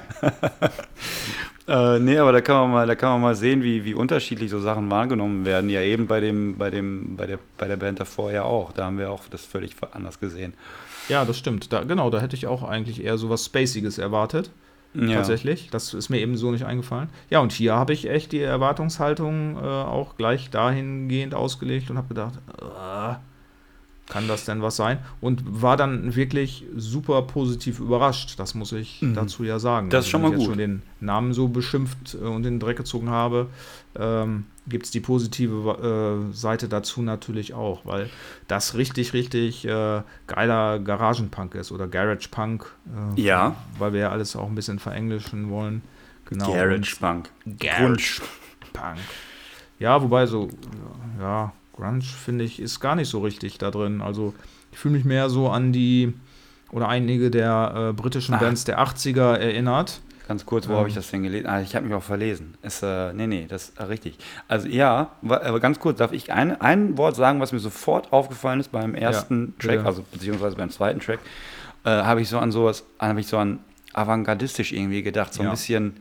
äh, nee, aber da kann man mal, da kann man mal sehen, wie, wie unterschiedlich so Sachen wahrgenommen werden. Ja, eben bei dem, bei dem, bei der, bei der Band davor ja auch. Da haben wir auch das völlig anders gesehen. Ja, das stimmt. Da, genau, da hätte ich auch eigentlich eher so was Spaciges erwartet. Ja. Tatsächlich. Das ist mir eben so nicht eingefallen. Ja, und hier habe ich echt die Erwartungshaltung äh, auch gleich dahingehend ausgelegt und habe gedacht, äh, kann das denn was sein? Und war dann wirklich super positiv überrascht. Das muss ich Mhm. dazu ja sagen. Das ist schon wenn mal ich jetzt gut. schon den Namen so beschimpft äh, und in den Dreck gezogen habe, ähm, gibt es die positive äh, Seite dazu natürlich auch, weil das richtig, richtig äh, geiler Garagenpunk ist oder Garage Punk. Äh, Ja. Weil wir ja alles auch ein bisschen verenglischen wollen. Genau. Garage Punk. Und Garage Punk. Ja, wobei so, ja, Grunge, finde ich, ist gar nicht so richtig da drin. Also ich fühle mich mehr so an die oder einige der äh, britischen Ah. Bands der achtziger erinnert. Ganz kurz, wo Ähm. habe ich das denn gelesen? Ah, ich habe mich auch verlesen. Ist, äh, nee, nee, das ist äh, richtig. Also ja, wa- aber ganz kurz, darf ich ein, ein Wort sagen, was mir sofort aufgefallen ist beim ersten Ja, Track, bitte. also beziehungsweise beim zweiten Track, äh, habe ich so an sowas, habe ich so an avantgardistisch irgendwie gedacht, so ein Ja. bisschen,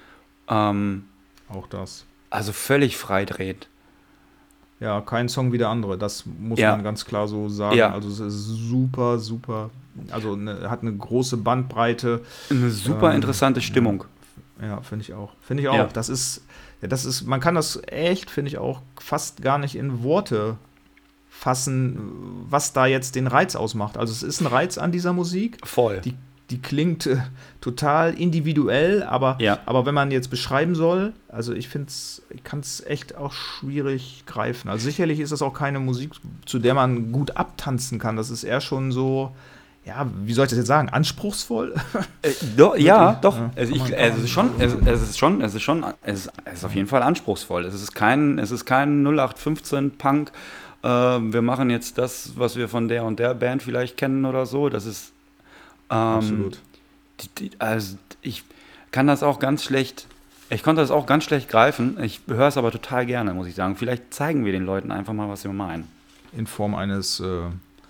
ähm, Auch das. also völlig freidrehend. Ja, kein Song wie der andere, das muss Ja. man ganz klar so sagen. Ja. Also es ist super, super, also ne, hat eine große Bandbreite. Eine super Ähm, interessante Stimmung. Ja, finde ich auch. Finde ich auch. Ja. Das ist, ja, das ist, man kann das echt, finde ich auch, fast gar nicht in Worte fassen, was da jetzt den Reiz ausmacht. Also es ist ein Reiz an dieser Musik. Voll. Die, die klingt äh, total individuell, aber, Ja. aber wenn man jetzt beschreiben soll, also ich finde es, ich kann es echt auch schwierig greifen. Also sicherlich ist das auch keine Musik, zu der man gut abtanzen kann. Das ist eher schon so, ja, wie soll ich das jetzt sagen, anspruchsvoll? Äh, do, ja, Wirklich? doch. Ja, Also kann ich, man- es ist schon, es, es ist schon, es ist schon, es ist, es ist auf jeden Fall anspruchsvoll. Es ist kein, es ist kein null acht fünfzehn Punk. Äh, wir machen jetzt das, was wir von der und der Band vielleicht kennen oder so. Das ist ähm, Absolut. Die, die, also ich kann das auch ganz schlecht. Ich konnte das auch ganz schlecht greifen. Ich höre es aber total gerne, muss ich sagen. Vielleicht zeigen wir den Leuten einfach mal, was wir meinen. In Form eines äh,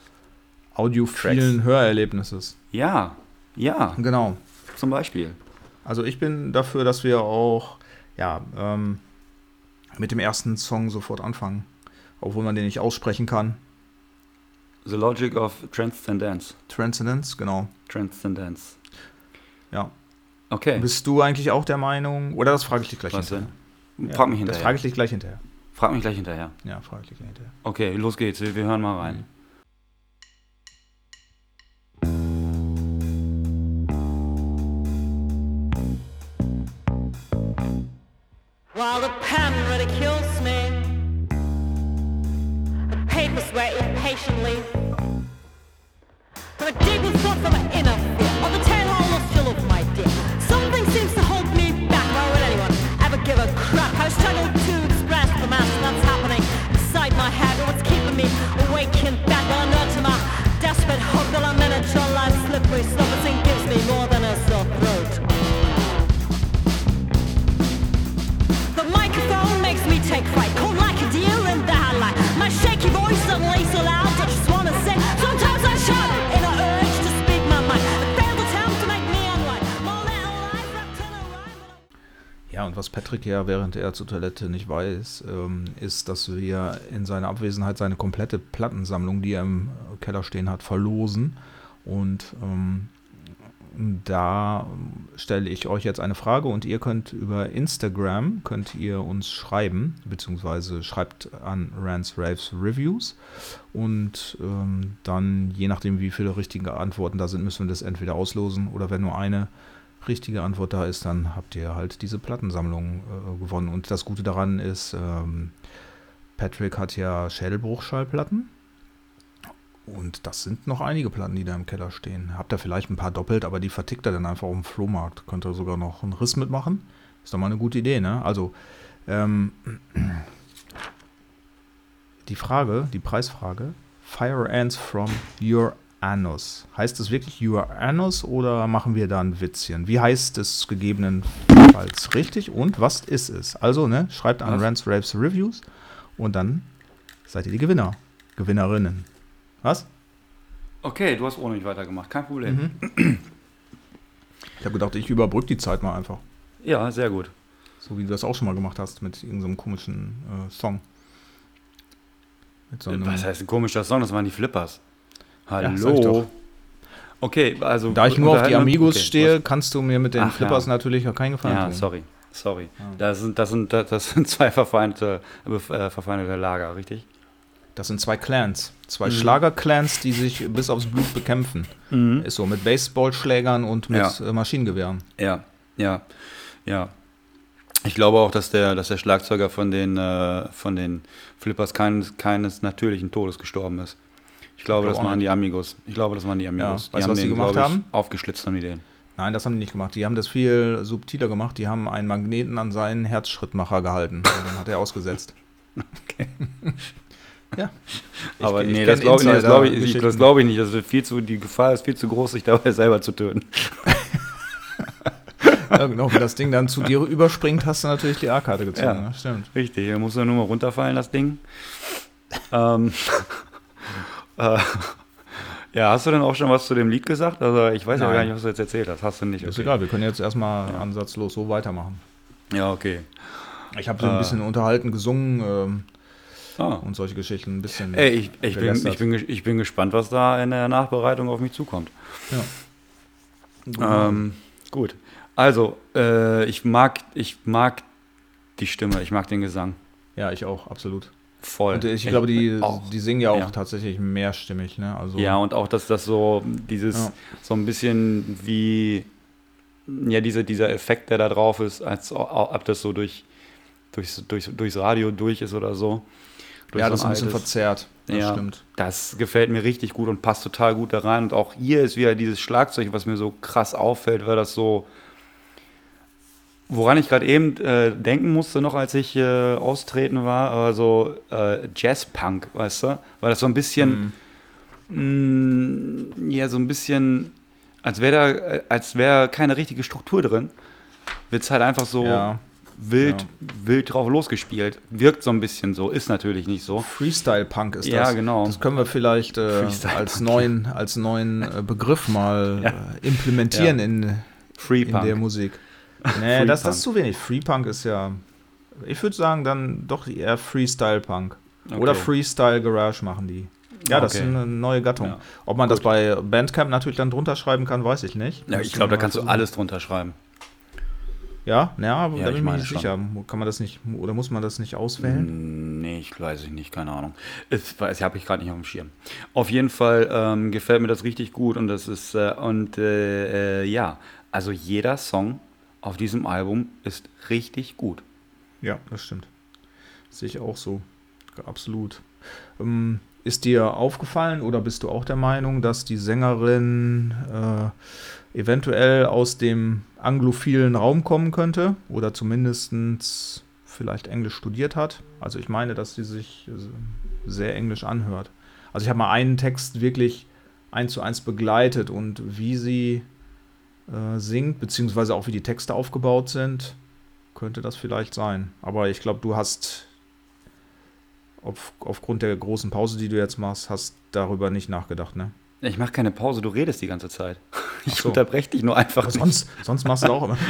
audiophilen Hörerlebnisses. Ja, ja, Genau. zum Beispiel. Also ich bin dafür, dass wir auch ja, ähm, mit dem ersten Song sofort anfangen. Obwohl man den nicht aussprechen kann. The Logic of Transcendence. Transcendence, genau. Transcendence. Ja. Okay. Bist du eigentlich auch der Meinung, oder das frage ich dich gleich Was hinterher. denn? Ja, Frag mich Das hinterher. frage ich dich gleich hinterher. Frag mich gleich hinterher. Ja, frage ich dich gleich hinterher. Okay, los geht's. Wir, wir hören mal rein. While the pen ridicules me, the papers wait impatiently for a deeper thought from an inner fear, or the tail or nostril of my dear. Something seems to hold me back. Why would anyone ever give a crap? I struggle to express the mass that's happening inside my head, or what's keeping me awake in bed. Well, I know to my desperate hope that I'm in a chill life, slippery slope. It gives me more than a sore throat. The microphone makes me take fright, cold like a deer in the headlight. My shaky voice suddenly so loud, I just wanna say. Sometimes I shout in an urge to speak my mind. A failed attempt to make me unright. My little life wrapped in a rhyme. Ja, und was Patrick ja, während er zur Toilette nicht weiß, ähm, ist, dass wir in seiner Abwesenheit seine komplette Plattensammlung, die er im Keller stehen hat, verlosen. Und ähm, da stelle ich euch jetzt eine Frage und ihr könnt über Instagram, könnt ihr uns schreiben, beziehungsweise schreibt an Rants, Raves, Reviews und ähm, dann, je nachdem wie viele richtige Antworten da sind, müssen wir das entweder auslosen oder wenn nur eine richtige Antwort da ist, dann habt ihr halt diese Plattensammlung äh, gewonnen. Und das Gute daran ist, ähm, Patrick hat ja Schädelbruchschallplatten. Und das sind noch einige Platten, die da im Keller stehen. Habt ihr vielleicht ein paar doppelt, aber die vertickt er dann einfach auf dem Flohmarkt. Könnt ihr sogar noch einen Riss mitmachen. Ist doch mal eine gute Idee, ne? Also, ähm, die Frage, die Preisfrage, Fire Ants from Your Anus. Heißt es wirklich Your Anus oder machen wir da ein Witzchen? Wie heißt es gegebenenfalls richtig und was ist es? Also, ne, schreibt an Rants, Raves, Reviews und dann seid ihr die Gewinner, Gewinnerinnen. Was? Okay, du hast ohne mich weitergemacht, kein Problem. Mhm. Ich habe gedacht, ich überbrücke die Zeit mal einfach. Ja, sehr gut. So wie du das auch schon mal gemacht hast mit irgendeinem komischen äh, Song. Mit so einem Was heißt ein komischer Song? Das waren die Flippers. Ja, sag ich Hallo. doch. Okay, also... Da ich nur auf die Amigos okay, stehe, was? kannst du mir mit den Ach, Flippers ja. natürlich auch keinen Gefallen Ja, tun. sorry. Sorry. Ja. Das sind, das sind, das sind zwei verfeindete, äh, verfeindete Lager, richtig? Das sind zwei Clans. Zwei Mhm. Schlager-Clans, die sich bis aufs Blut bekämpfen. Mhm. Ist so, mit Baseballschlägern und mit Ja. äh, Maschinengewehren. Ja, ja, ja. Ich glaube auch, dass der, dass der Schlagzeuger von den, äh, von den Flippers keines, keines natürlichen Todes gestorben ist. Ich glaube, Ich glaub das auch waren nicht. die Amigos. Ich glaube, das waren die Amigos. Ja. Weißt du, was die den, gemacht glaub ich, haben? Aufgeschlitzt haben die den. Nein, das haben die nicht gemacht. Die haben das viel subtiler gemacht. Die haben einen Magneten an seinen Herzschrittmacher gehalten. Und dann hat er ausgesetzt. Okay. Ja. Ich- Aber ich nee, kenn das glaube ich, nicht, das glaub ich, ich, Insider-Geschichten. das glaub ich nicht. Das wird viel zu, die Gefahr ist viel zu groß, sich dabei selber zu töten. Ja, genau. Wenn das Ding dann zu dir überspringt, hast du natürlich die A-Karte gezogen. Ja. Ne? Stimmt. Richtig, da muss er nur mal runterfallen, das Ding. ähm, äh, ja, hast du denn auch schon was zu dem Lied gesagt? Also ich weiß ja Nein. gar nicht, was du jetzt erzählt hast. Hast du nicht? Ist Okay. egal, wir können jetzt erstmal Ja. ansatzlos so weitermachen. Ja, okay. Ich habe so ein Äh. bisschen unterhalten, gesungen ähm, Ah. und solche Geschichten ein bisschen. Ey, ich, ich, bin, gelästert. ich, bin, ges- ich bin gespannt, was da in der Nachbereitung auf mich zukommt. Ja. Ähm, gut. Also, äh, ich, mag, ich mag die Stimme, ich mag den Gesang. Ja, ich auch, absolut. Voll. Und ich glaube, die, auch. die singen ja auch Ja. tatsächlich mehrstimmig, ne? Also, Ja, und auch, dass das so dieses, Ja. so ein bisschen wie, ja, diese, dieser Effekt, der da drauf ist, als ob das so durch, durchs, durchs, durchs Radio durch ist oder so. Durch ja, so das ist ein bisschen altes- verzerrt. Das Ja. stimmt. Das gefällt mir richtig gut und passt total gut da rein. Und auch hier ist wieder dieses Schlagzeug, was mir so krass auffällt, weil das so, woran ich gerade eben äh, denken musste, noch als ich äh, austreten war, aber so äh, Jazzpunk, weißt du? Weil das so ein bisschen, Mhm. mh, ja, so ein bisschen, als wäre da, äh, als wäre keine richtige Struktur drin, wird es halt einfach so Ja. wild, ja. wild drauf losgespielt. Wirkt so ein bisschen so, ist natürlich nicht so. Freestyle-Punk ist das. Ja, genau. Das können wir vielleicht äh, Freestyle-Punk. als neuen, als neuen äh, Begriff mal Ja. äh, implementieren Ja. in, Free in Punk. der Musik. Nee, Free das, das Punk. ist zu wenig. Free-Punk ist ja, ich würde sagen, dann doch eher Freestyle-Punk. Oder Okay. Freestyle-Garage machen die. Ja, das Okay. ist eine neue Gattung. Ja. Ob man das Gut. bei Bandcamp natürlich dann drunter schreiben kann, weiß ich nicht. Ja, ich glaube, da kannst du alles drunter schreiben. Ja, ja, aber Ja, da ich bin ich mir meine nicht schon. sicher. Kann man das nicht, oder muss man das nicht auswählen? Nee, ich weiß ich nicht, keine Ahnung. Das, das habe ich gerade nicht auf dem Schirm. Auf jeden Fall ähm, gefällt mir das richtig gut und das ist, äh, und äh, äh, ja, also jeder Song auf diesem Album ist richtig gut. Ja, das stimmt. Sehe ich auch so. Absolut. Ähm, ist dir aufgefallen oder bist du auch der Meinung, dass die Sängerin äh, eventuell aus dem anglophilen Raum kommen könnte oder zumindest vielleicht Englisch studiert hat? Also ich meine, dass sie sich sehr englisch anhört. Also ich habe mal einen Text wirklich eins zu eins begleitet und wie sie äh, singt, beziehungsweise auch wie die Texte aufgebaut sind, könnte das vielleicht sein. Aber ich glaube, du hast auf, aufgrund der großen Pause, die du jetzt machst, hast darüber nicht nachgedacht, ne? Ich mache keine Pause, du redest die ganze Zeit. Ich so. unterbreche dich nur einfach. Aber sonst, sonst machst du auch immer.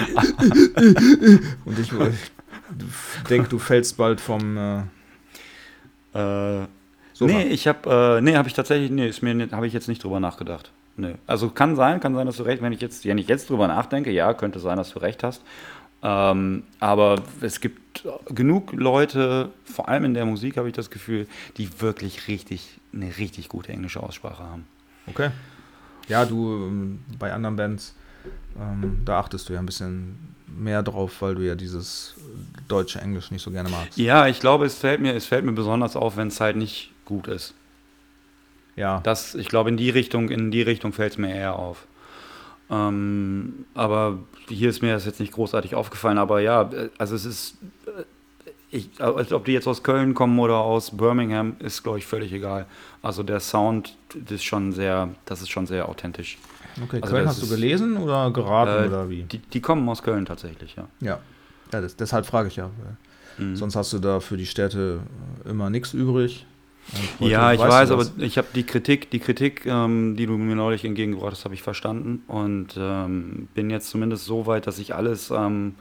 Und ich, ich denke, du fällst bald vom äh, Äh, Sofa. nee, ich habe, äh, nee, habe ich tatsächlich, nee, ist mir, habe ich jetzt nicht drüber nachgedacht. nö. Also kann sein, kann sein, dass du recht, wenn ich jetzt, wenn ich jetzt drüber nachdenke, ja, könnte sein, dass du recht hast. Ähm, aber es gibt genug Leute, vor allem in der Musik habe ich das Gefühl, die wirklich richtig, eine richtig gute englische Aussprache haben. Okay. Ja, du, ähm, bei anderen Bands, ähm, da achtest du ja ein bisschen mehr drauf, weil du ja dieses deutsche Englisch nicht so gerne magst. Ja, ich glaube, es fällt mir, es fällt mir besonders auf, wenn es halt nicht gut ist. Ja, Das, ich glaube, in die Richtung, in die Richtung fällt es mir eher auf. Ähm, aber hier ist mir das jetzt nicht großartig aufgefallen. Aber ja, also es ist, äh, ich, als ob die jetzt aus Köln kommen oder aus Birmingham, ist, glaube ich, völlig egal. Also der Sound, das ist schon sehr, das ist schon sehr authentisch. okay. Also Köln das hast du ist- gelesen oder geraten Äh, oder wie? Die, die kommen aus Köln tatsächlich, ja. Ja, ja das, deshalb frage ich ja. Weil Mhm. sonst hast du da für die Städte äh, immer nichts übrig. Und heute Ja, ich weißt du weiß, aber das. ich habe die Kritik, die Kritik, ähm, die du mir neulich entgegengebracht hast, habe ich verstanden und ähm, bin jetzt zumindest so weit, dass ich alles ähm,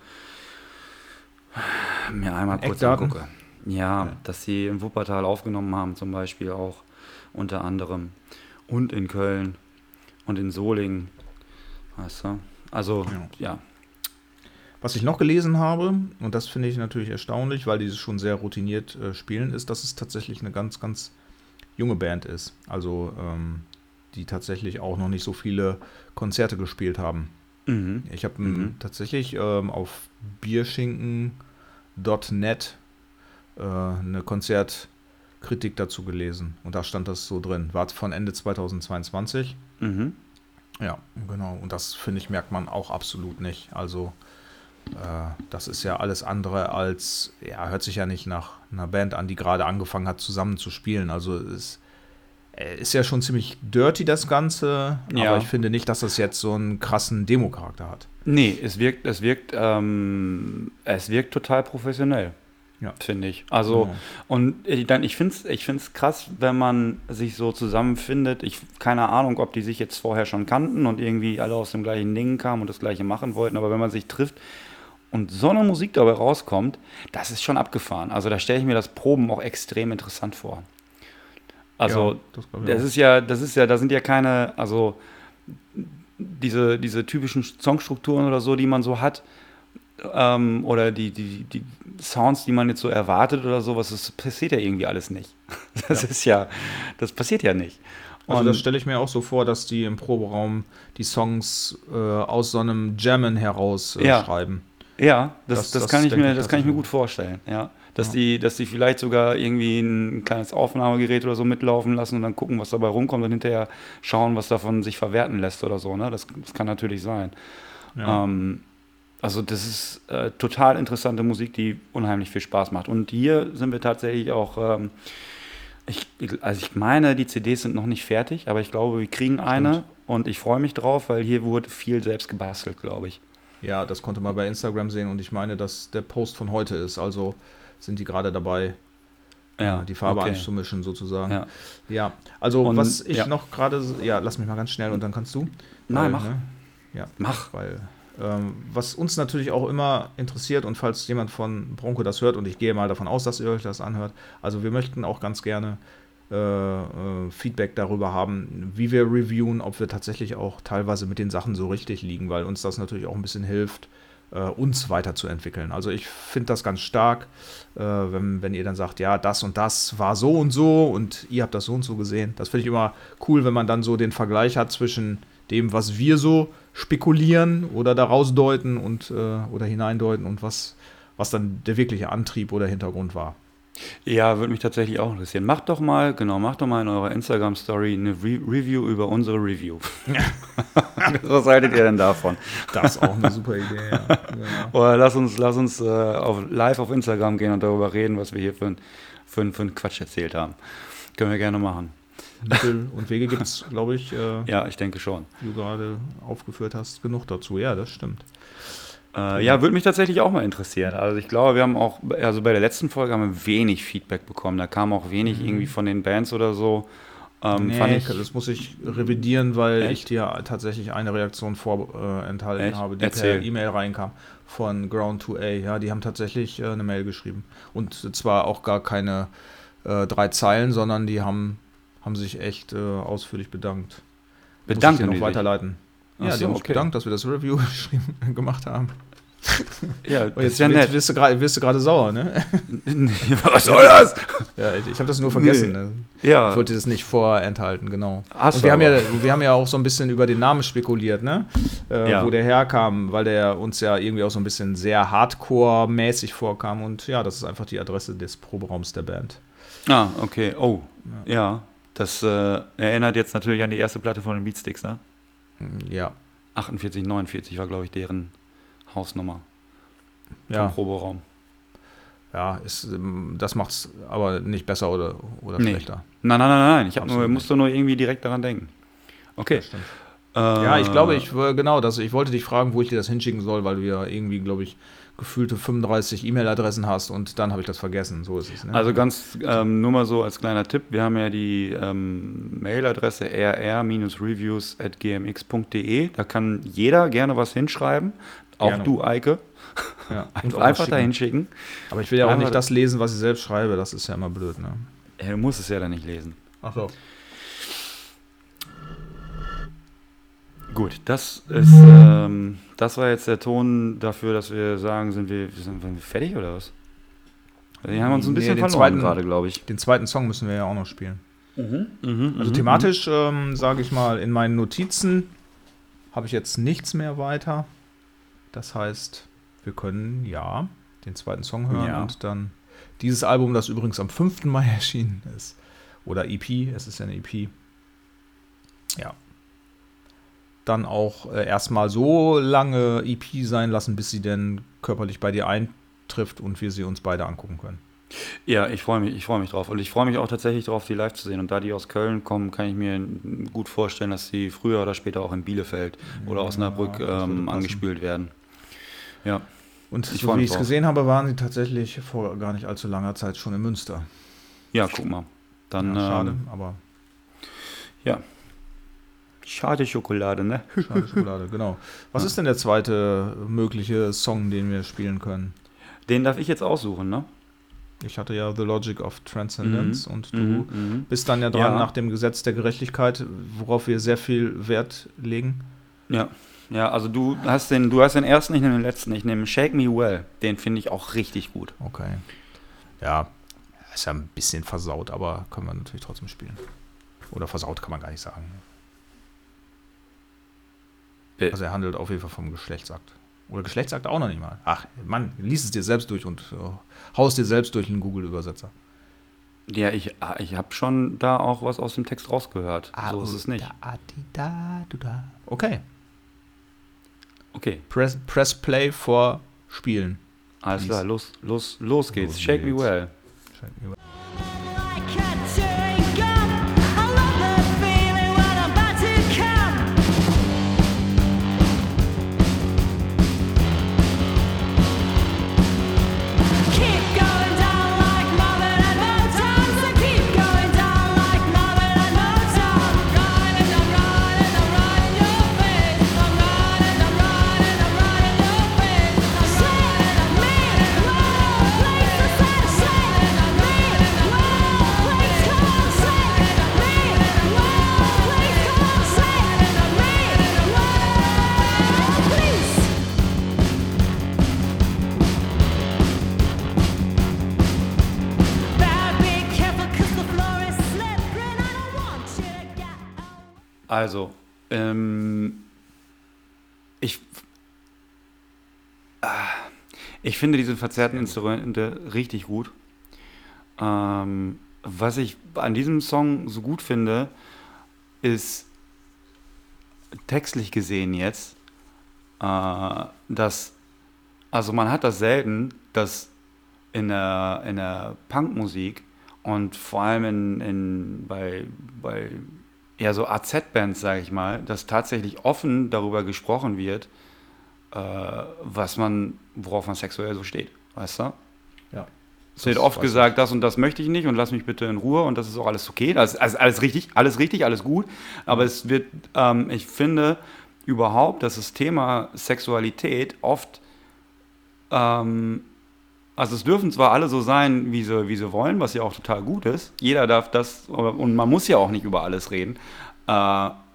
mir einmal kurz Eckdaten? angucke. Ja, dass sie in Wuppertal aufgenommen haben, zum Beispiel auch unter anderem und in Köln und in Solingen, weißt du? Also ja, Was ich noch gelesen habe, und das finde ich natürlich erstaunlich, weil die es schon sehr routiniert äh, spielen, ist, dass es tatsächlich eine ganz, ganz junge Band ist. Also ähm, die tatsächlich auch noch nicht so viele Konzerte gespielt haben. mhm. Ich habe Mhm. tatsächlich ähm, auf bierschinken Punkt net äh, eine Konzertkritik dazu gelesen. Und da stand das so drin. War von Ende zweitausendzweiundzwanzig. Mhm. Ja, genau. Und das, finde ich, merkt man auch absolut nicht. Also äh, das ist ja alles andere als, ja, hört sich ja nicht nach einer Band an, die gerade angefangen hat, zusammen zu spielen. Also es äh, ist ja schon ziemlich dirty, das Ganze. Ja. Aber ich finde nicht, dass das jetzt so einen krassen Demo-Charakter hat. Nee, es wirkt, es wirkt, ähm, es wirkt total professionell, Ja. finde ich. Also, Genau. und ich, dann, ich finde es ich find's krass, wenn man sich so zusammenfindet. Ich keine Ahnung, ob die sich jetzt vorher schon kannten und irgendwie alle aus dem gleichen Ding kamen und das Gleiche machen wollten, aber wenn man sich trifft und so eine Musik dabei rauskommt, das ist schon abgefahren. Also da stelle ich mir das Proben auch extrem interessant vor. Also, Ja, das glaub ich das auch. ist ja, das ist ja, da sind ja keine, also diese, diese typischen Songstrukturen oder so, die man so hat, ähm, oder die, die, die Sounds, die man jetzt so erwartet oder sowas, das passiert ja irgendwie alles nicht. Das ist ja, das passiert ja nicht. Also Und- das stelle ich mir auch so vor, dass die im Proberaum die Songs äh, aus so einem Jammen heraus äh, Ja. schreiben. Ja, das, Das- das, das kann ich denke mir, ich das kann ich mir tatsächlich. gut vorstellen, ja. Dass, Ja. die, dass die vielleicht sogar irgendwie ein kleines Aufnahmegerät oder so mitlaufen lassen und dann gucken, was dabei rumkommt und hinterher schauen, was davon sich verwerten lässt oder so, ne? Das, das kann natürlich sein. Ja. Ähm, also das ist äh, total interessante Musik, die unheimlich viel Spaß macht. Und hier sind wir tatsächlich auch, ähm, ich, also ich meine, die C Ds sind noch nicht fertig, aber ich glaube, wir kriegen eine und ich freue mich drauf, weil hier wurde viel selbst gebastelt, glaube ich. Ja, das konnte man bei Instagram sehen und ich meine, dass der Post von heute ist. Also sind die gerade dabei, Ja, die Farbe okay. einzumischen sozusagen. Ja. Ja, also Und- was ich ja. noch gerade, ja, lass mich mal ganz schnell und dann kannst du. Nein, Weil, mach. Ne, ja, Mach. weil ähm, was uns natürlich auch immer interessiert und falls jemand von Bronco das hört und ich gehe mal davon aus, dass ihr euch das anhört, also wir möchten auch ganz gerne äh, äh, Feedback darüber haben, wie wir reviewen, ob wir tatsächlich auch teilweise mit den Sachen so richtig liegen, weil uns das natürlich auch ein bisschen hilft, äh, uns weiterzuentwickeln. Also ich finde das ganz stark, äh, wenn, wenn ihr dann sagt, ja, das und das war so und so und ihr habt das so und so gesehen. Das finde ich immer cool, wenn man dann so den Vergleich hat zwischen dem, was wir so spekulieren oder daraus deuten und, äh, oder hineindeuten und was, was dann der wirkliche Antrieb oder Hintergrund war. Ja, würde mich tatsächlich auch interessieren. Macht doch mal, genau, macht doch mal in eurer Instagram-Story eine Re Review über unsere Review. Was haltet ihr denn davon? Das ist auch eine super Idee, ja. Genau. Oder lass uns, lass uns äh, auf, live auf Instagram gehen und darüber reden, was wir hier für, ein, für, ein, für einen Quatsch erzählt haben. Können wir gerne machen. Mittel und Wege gibt es, glaube ich, äh, Ja, ich denke schon. wie du gerade aufgeführt hast, genug dazu. Ja, das stimmt. Äh, ja, würde mich tatsächlich auch mal interessieren. Also ich glaube, wir haben auch, also bei der letzten Folge haben wir wenig Feedback bekommen. Da kam auch wenig irgendwie von den Bands oder so. Ähm, Nee, fand ich, das muss ich revidieren, weil Echt? ich dir tatsächlich eine Reaktion vorenthalten Echt? habe, die Erzähl. per E-Mail reinkam von Ground zwei A. Ja, die haben tatsächlich äh, eine Mail geschrieben. Und zwar auch gar keine äh, drei Zeilen, sondern die haben, haben sich echt äh, ausführlich bedankt. Bedanken muss ich dir die noch sich? weiterleiten. Ach Ja, so, die haben sich okay. bedankt, dass wir das Review geschrieben, gemacht haben. Ja, Und das jetzt, ist ja jetzt nett. wirst du gerade wirst du gerade sauer, ne? Was soll das? Ja, ich, ich habe das nur vergessen. Nee. Ne? Ja, Ich wollte das nicht vorenthalten, genau. Hast Und du wir haben, aber. ja, wir haben ja auch so ein bisschen über den Namen spekuliert, ne? Äh, Ja. Wo der herkam, weil der uns ja irgendwie auch so ein bisschen sehr Hardcore-mäßig vorkam. Und ja, das ist einfach die Adresse des Proberaums der Band. ah, okay, oh, ja. Das äh, erinnert jetzt natürlich an die erste Platte von den Beatsticks, ne? Ja, achtundvierzig neunundvierzig war, glaube ich, deren Hausnummer ja, vom Proberaum. ja ist, ähm, das macht's aber nicht besser oder, oder Nee. schlechter. Nein, nein, nein, nein, ich hab nur, Absolut musste nur irgendwie direkt daran denken. Okay. Stimmt. Äh, Ja, ich glaube, ich äh, genau, das, ich wollte dich fragen, wo ich dir das hinschicken soll, weil du ja irgendwie, glaube ich, gefühlte fünfunddreißig E-Mail-Adressen hast und dann habe ich das vergessen. So ist es. Ne? Also ganz ähm, nur mal so als kleiner Tipp, wir haben ja die ähm, Mailadresse r r reviews at g m x punkt d e, da kann jeder gerne was hinschreiben, auch Gerne. du, Eike, ja, und auch einfach was da schicken. hinschicken. Aber ich will ja auch Einfach- nicht das lesen, was ich selbst schreibe. Das ist ja immer blöd, ne? Er muss es ja dann nicht lesen. Ach so. Gut, das ist, ähm, das war jetzt der Ton dafür, dass wir sagen, sind wir, sind wir fertig oder was? Wir haben uns ein Nee, bisschen den verloren zweiten- gerade, glaube ich. Den zweiten Song müssen wir ja auch noch spielen. Mhm, Also thematisch, ähm, sage ich mal, in meinen Notizen habe ich jetzt nichts mehr weiter. Das heißt, wir können ja den zweiten Song hören Ja. und dann dieses Album, das übrigens am fünften Mai erschienen ist. Oder E P, es ist ja eine E P. Ja. Dann auch äh, erstmal so lange E P sein lassen, bis sie denn körperlich bei dir eintrifft und wir sie uns beide angucken können. Ja, ich freue mich, ich freue mich drauf. Und ich freue mich auch tatsächlich drauf, die live zu sehen. Und da die aus Köln kommen, kann ich mir gut vorstellen, dass sie früher oder später auch in Bielefeld oder Osnabrück das würde ähm, passen. angespielt werden. Ja, Und Ich so freu wie mich ich es drauf. gesehen habe, waren sie tatsächlich vor gar nicht allzu langer Zeit schon in Münster. ja, guck mal. Dann, Ja, schade, ähm, aber ja. Schade Schokolade, ne? schade Schokolade, genau. Was ist denn der zweite mögliche Song, den wir spielen können? Den darf ich jetzt aussuchen, ne? Ich hatte ja The Logic of Transcendence Mhm, und du mhm, mhm. bist dann ja dran Ja. nach dem Gesetz der Gerechtigkeit, worauf wir sehr viel Wert legen. Ja. Ja, also du hast den, du hast den ersten, ich nehme den letzten, ich nehme Shake Me Well. Den finde ich auch richtig gut. Okay. Ja, ist ja ein bisschen versaut, aber können wir natürlich trotzdem spielen. Oder versaut kann man gar nicht sagen. Äh. Also er handelt auf jeden Fall vom Geschlechtsakt. Oder Geschlechtsakt auch noch nicht mal. Ach, Mann, lies es dir selbst durch und äh, haust dir selbst durch einen Google-Übersetzer. Ja, ich, ich habe schon da auch was aus dem Text rausgehört. so ist es nicht. Okay. Okay, Press, press Play vor Spielen. alles Please. klar, los, los, los geht's. Los Shake Me geht's. Well. Like a chewing gum. I love the feeling when I'm about to come. Keep going down like Marvin and Motown. So keep going down like Marvin and Motown. I'm riding, I'm riding, I'm riding your face. I'm riding, I'm riding, I'm riding your face. I'm riding, I'm riding, whoa, place to set, saying I'm riding, whoa, place called saying I'm riding, whoa, place called saying I'm riding, whoa, please. Better be careful 'cause the floor is slippery and I don't want you to get out. Also, ähm, ich, ah, ich finde diese verzerrten Instrumente richtig gut. Ähm, was ich an diesem Song so gut finde, ist textlich gesehen jetzt, äh, dass, also man hat das selten, dass in der, in der Punkmusik und vor allem in, in, bei, bei eher so A Z-Bands, sage ich mal, dass tatsächlich offen darüber gesprochen wird, äh, was man, worauf man sexuell so steht, weißt du? Ja. Es wird Das oft weiß gesagt, das und das möchte ich nicht und lass mich bitte in Ruhe und das ist auch alles okay, das ist also alles richtig, alles richtig, alles gut, aber es wird, ähm, ich finde überhaupt, dass das Thema Sexualität oft, ähm, also es dürfen zwar alle so sein, wie sie, wie sie wollen, was ja auch total gut ist, jeder darf das, und man muss ja auch nicht über alles reden, äh,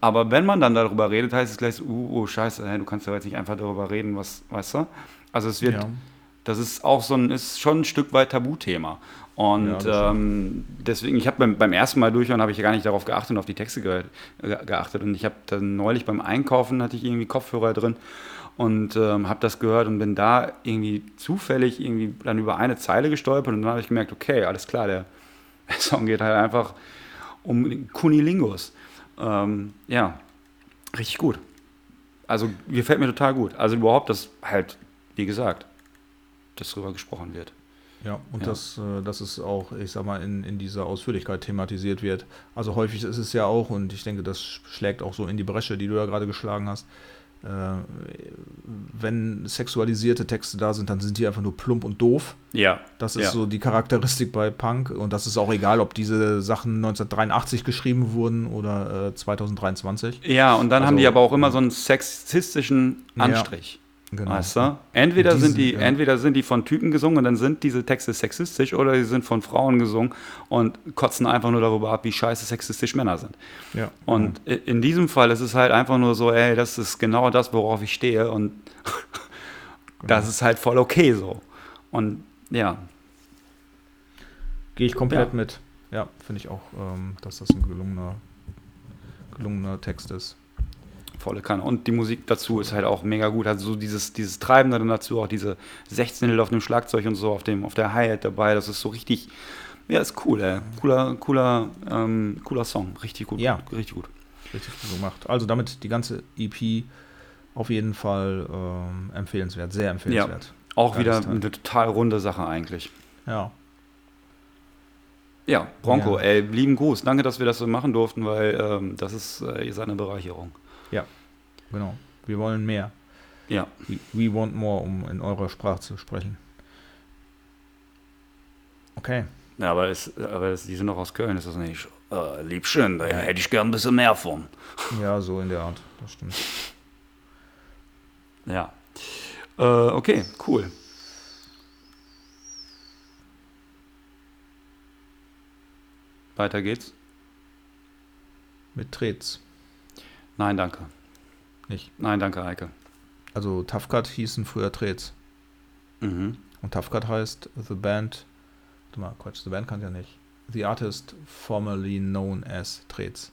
Aber wenn man dann darüber redet, heißt es gleich so, uh, oh scheiße, hey, du kannst ja jetzt nicht einfach darüber reden, was, weißt du? Also es wird, Ja. das ist auch so ein, ist schon ein Stück weit Tabuthema. Und Ja, das ähm, deswegen, ich habe beim, beim ersten Mal durchhören, habe ich ja gar nicht darauf geachtet und auf die Texte ge, ge, geachtet. Und ich habe dann neulich beim Einkaufen, hatte ich irgendwie Kopfhörer drin und ähm, habe das gehört und bin da irgendwie zufällig irgendwie dann über eine Zeile gestolpert und dann habe ich gemerkt, okay, alles klar, der Song geht halt einfach um Kunilingus. Ähm, ja, richtig gut. Also gefällt mir total gut. Also überhaupt, dass halt, wie gesagt, dass darüber gesprochen wird. Ja, und Ja. Dass, äh, dass es auch, ich sag mal, in, in dieser Ausführlichkeit thematisiert wird. Also häufig ist es ja auch, und ich denke, das schlägt auch so in die Bresche, die du da gerade geschlagen hast. Äh, wenn sexualisierte Texte da sind, dann sind die einfach nur plump und doof. Ja. Das ist ja. so die Charakteristik bei Punk. Und das ist auch egal, ob diese Sachen neunzehnhundertdreiundachtzig geschrieben wurden oder äh, zweitausenddreiundzwanzig. Ja, und dann Also, haben die aber auch immer so einen sexistischen Anstrich. Genau. Weißt du? Entweder, Und sind diesen, die, ja. entweder sind die von Typen gesungen und dann sind diese Texte sexistisch oder sie sind von Frauen gesungen und kotzen einfach nur darüber ab, wie scheiße sexistisch Männer sind. Ja. Und i- in diesem Fall ist es halt einfach nur so, ey, das ist genau das, worauf ich stehe und das ist halt voll okay so. Und ja, Gehe ich komplett Ja. mit. Ja, finde ich auch, ähm, dass das ein gelungener, gelungener Text ist. volle Kanne. Und die Musik dazu ist halt auch mega gut. Also so dieses, dieses Treibende dann dazu, auch diese sechzehntel auf dem Schlagzeug und so auf, dem, auf der Hi-Hat dabei, das ist so richtig, ja, ist cool, ey. Cooler, cooler, ähm, cooler Song. Richtig gut. Ja. Richtig gut. Richtig gut gemacht. Also damit die ganze E P auf jeden Fall ähm, empfehlenswert, sehr empfehlenswert. Auch Geiles wieder Teil. eine total runde Sache eigentlich. Ja. Ja, Bronco, Ja. ey, lieben Gruß. Danke, dass wir das so machen durften, weil ähm, das ist äh, seine Bereicherung. Ja, genau. Wir wollen mehr. Ja. We, we want more, um in eurer Sprache zu sprechen. Okay. Ja, aber, es, aber es, die sind doch aus Köln, ist das nicht? Äh, Liebchen, da hätte ich gern ein bisschen mehr von. Ja, so in der Art. Das stimmt. Ja. Äh, okay, cool. Weiter geht's. Mit Trets. Nein, danke. Nicht. Nein, danke, Eike. Also Tough Cut hießen früher Trets. Mhm. Und Tough Cut heißt The Band. Warte mal, Quatsch, The Band kann ja nicht. The Artist formerly known as Trets.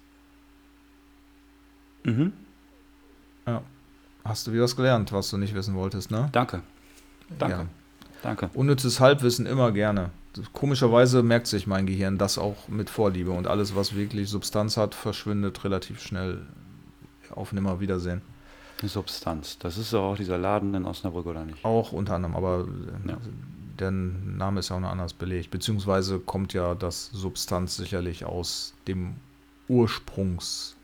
Mhm. Ja. Hast du wieder was gelernt, was du nicht wissen wolltest, ne? Danke. Danke. Ja. Danke. Unnützes Halbwissen immer gerne. Komischerweise merkt sich mein Gehirn das auch mit Vorliebe. Und alles, was wirklich Substanz hat, verschwindet relativ schnell auf Nimmerwiedersehen. Substanz. Das ist doch auch dieser Laden in Osnabrück, oder nicht? Auch unter anderem, aber äh, Ja. der Name ist ja auch noch anders belegt. Beziehungsweise kommt ja das Substanz sicherlich aus dem Ursprungsbegriff,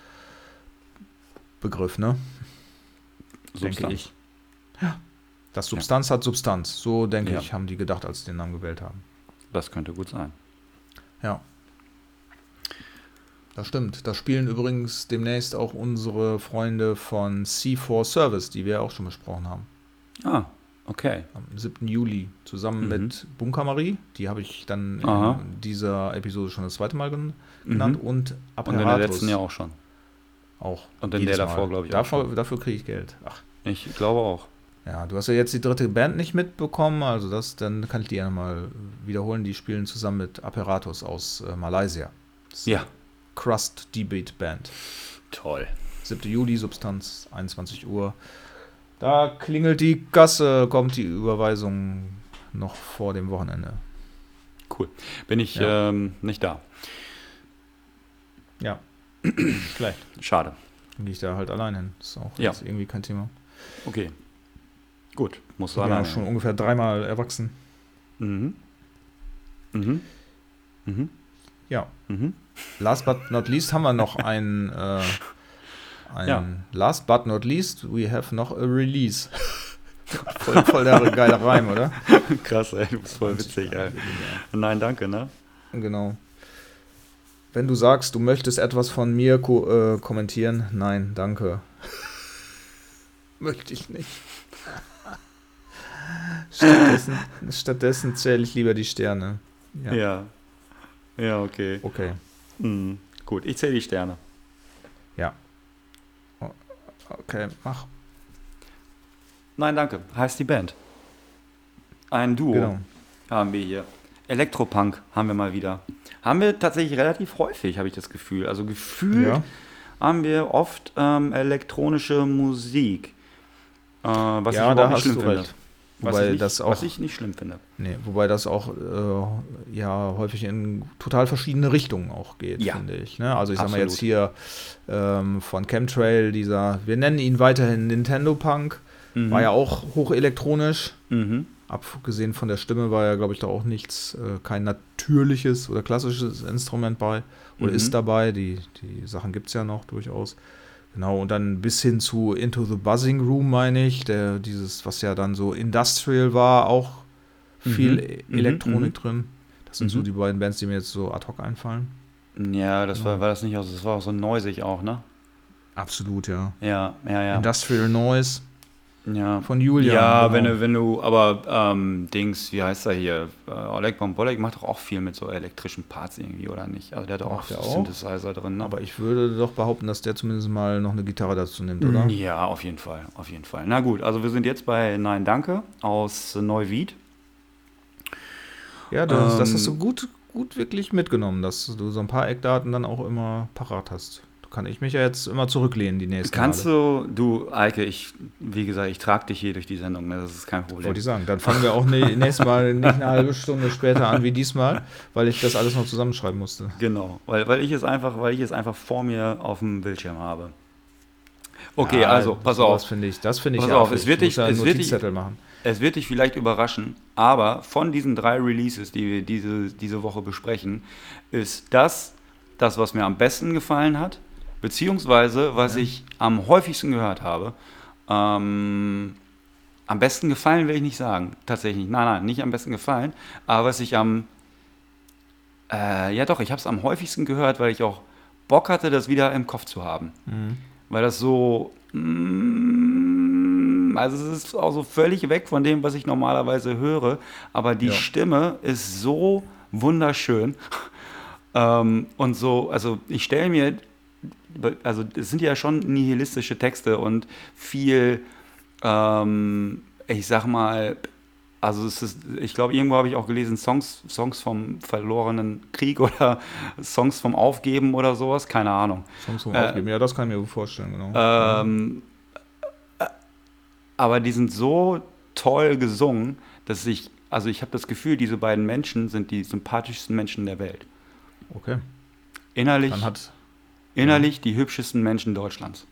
ne? Denke ich. Ja. Das Substanz hat Substanz. So, denke Ja. ich, haben die gedacht, als sie den Namen gewählt haben. Das könnte gut sein. Ja. Das stimmt. Da spielen übrigens demnächst auch unsere Freunde von C vier Service, die wir auch schon besprochen haben. Ah, okay. Am siebten Juli zusammen Mhm. mit Bunker Marie. Die habe ich dann Aha. in dieser Episode schon das zweite Mal gen- genannt. Mhm. Und Und in Apparatus der letzten ja auch schon. auch. Und in Jedes der Mal. davor, glaube ich, auch Dafür, schon. dafür kriege ich Geld. Ach. Ich glaube auch. Ja, du hast ja jetzt die dritte Band nicht mitbekommen, also das, dann kann ich die ja nochmal wiederholen. Die spielen zusammen mit Apparatus aus äh, Malaysia. Das ist Ja. Crust D-Beat Band. Toll. siebten Juli, Substanz, einundzwanzig Uhr. Da klingelt die Gasse, kommt die Überweisung noch vor dem Wochenende. Cool. Bin ich Ja. ähm, nicht da. Ja, vielleicht. Schade. Dann gehe ich da halt allein hin. Das ist auch Ja. jetzt irgendwie kein Thema. Okay. Gut. Muss Ich sein. bin ja schon ungefähr dreimal erwachsen. Mhm. Mhm. Mhm. Ja. Mhm. Last but not least haben wir noch ein, äh, ein Ja. Last but not least, we have noch a release. voll, voll der geile Reim, oder? Krass, ey. Du bist voll witzig, ey. Nein, danke, ne? Genau. Wenn du sagst, du möchtest etwas von mir ko äh, kommentieren, nein, danke. Möchte ich nicht. stattdessen, stattdessen zähle ich lieber die Sterne. Ja. Ja. Ja, okay. Okay. Mhm. Gut, ich zähle die Sterne. Ja. Okay, mach. Nein, danke. Heißt die Band. Ein Duo Genau. haben wir hier. Elektropunk haben wir mal wieder. Haben wir tatsächlich relativ häufig, habe ich das Gefühl. Also gefühlt Ja. haben wir oft ähm, elektronische Musik. Äh, was Ja, ich da überhaupt nicht hast schlimm du finde. recht. Was, Wobei ich nicht, das auch- was ich nicht schlimm finde. Nee, wobei das auch äh, ja häufig in total verschiedene Richtungen auch geht, Ja. finde ich. Ne? Also ich sag mal Absolut. jetzt hier ähm, von Chemtrail, dieser, wir nennen ihn weiterhin Nintendo Punk, Mhm. war ja auch hochelektronisch. Mhm. Abgesehen von der Stimme war ja, glaube ich, da auch nichts, äh, kein natürliches oder klassisches Instrument bei oder Mhm. ist dabei. Die, die Sachen gibt es ja noch durchaus. Genau, und dann bis hin zu Into the Buzzing Room, meine ich, der dieses, was ja dann so Industrial war, auch viel E- Mhm, Elektronik mhm. drin. Das sind so Mhm. die beiden Bands, die mir jetzt so ad hoc einfallen. Ja, das war, war das nicht auch, das war auch so neusig auch, ne? Absolut, ja. Ja, ja, ja. Industrial Noise ja. von Julian. Ja, genau. wenn du, wenn du, aber ähm, Dings, wie heißt er hier? Äh, Oleg Bombolek macht doch auch viel mit so elektrischen Parts irgendwie, oder nicht? Also der hat doch auch Macht er auch? Synthesizer drin, ne? Aber ich würde doch behaupten, dass der zumindest mal noch eine Gitarre dazu nimmt, oder? Ja, auf jeden Fall, auf jeden Fall. Na gut, also wir sind jetzt bei Nein Danke aus Neuwied. Ja, das, Ähm, das hast du gut, gut wirklich mitgenommen, dass du so ein paar Eckdaten dann auch immer parat hast. Da kann ich mich ja jetzt immer zurücklehnen, die nächsten Kannst Male. du, du, Eike, ich, wie gesagt, ich trage dich hier durch die Sendung, ne? Das ist kein Problem. Wollte ich sagen. Dann fangen wir auch ne, nächstes Mal nicht eine halbe Stunde später an wie diesmal, weil ich das alles noch zusammenschreiben musste. Genau, weil, weil ich es einfach, weil ich es einfach vor mir auf dem Bildschirm habe. Okay, Ja, also pass sowas auf. finde ich, das finde ich Pass auf, affig. es wird Du dich- musst ja einen es wird dich- Notizzettel machen. Es wird dich vielleicht überraschen, aber von diesen drei Releases, die wir diese, diese Woche besprechen, ist das das, was mir am besten gefallen hat, beziehungsweise was ich am häufigsten gehört habe. Ähm, am besten gefallen will ich nicht sagen, tatsächlich. Nein, nein, nicht am besten gefallen, aber was ich am, äh, ja doch, ich habe es am häufigsten gehört, weil ich auch Bock hatte, das wieder im Kopf zu haben. Mhm. Weil das so, mm, also es ist auch so völlig weg von dem, was ich normalerweise höre, aber die Ja. Stimme ist so wunderschön. ähm, und so, also ich stelle mir, also es sind ja schon nihilistische Texte und viel, ähm, ich sag mal, also es ist, ich glaube, irgendwo habe ich auch gelesen, Songs, Songs vom verlorenen Krieg oder Songs vom Aufgeben oder sowas, keine Ahnung. Songs zum Äh, Aufgeben. Ja, das kann ich mir gut vorstellen, genau. Ähm, äh, aber die sind so toll gesungen, dass ich, also ich habe das Gefühl, diese beiden Menschen sind die sympathischsten Menschen der Welt. Okay. Innerlich, Dann hat, innerlich die hübschesten Menschen Deutschlands.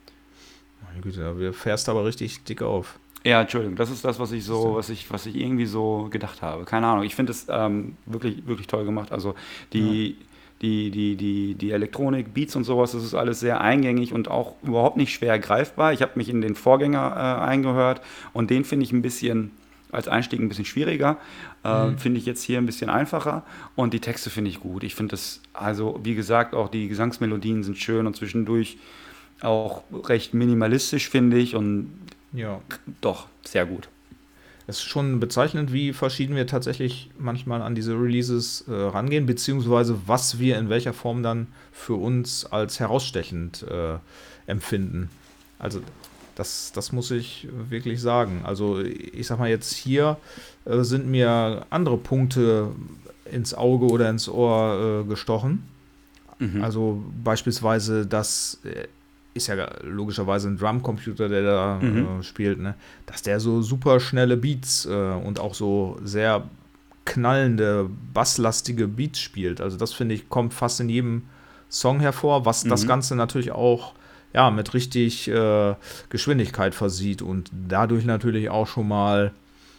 meine Güte, da wir fährst aber richtig dick auf. Ja, Entschuldigung, das ist das, was ich so, was ich, was ich irgendwie so gedacht habe. Keine Ahnung. Ich finde es ähm, wirklich, wirklich toll gemacht. Also die, die, die, die, die Elektronik, Beats und sowas, das ist alles sehr eingängig und auch überhaupt nicht schwer greifbar. Ich habe mich in den Vorgänger äh, eingehört und den finde ich ein bisschen als Einstieg ein bisschen schwieriger. Äh, Mhm. Finde ich jetzt hier ein bisschen einfacher. Und die Texte finde ich gut. Ich finde das, also wie gesagt, auch die Gesangsmelodien sind schön und zwischendurch auch recht minimalistisch, finde ich. Und Ja. doch, sehr gut. Es ist schon bezeichnend, wie verschieden wir tatsächlich manchmal an diese Releases äh, rangehen, beziehungsweise was wir in welcher Form dann für uns als herausstechend äh, empfinden. Also das, das muss ich wirklich sagen. Also ich sag mal jetzt hier äh, sind mir andere Punkte ins Auge oder ins Ohr äh, gestochen. Mhm. Also beispielsweise das äh, ist ja logischerweise ein Drumcomputer, der da Mhm. äh, spielt, ne? Dass der so super schnelle Beats äh, und auch so sehr knallende, basslastige Beats spielt. Also das, finde ich, kommt fast in jedem Song hervor, was das Mhm. Ganze natürlich auch ja, mit richtig äh, Geschwindigkeit versieht und dadurch natürlich auch schon mal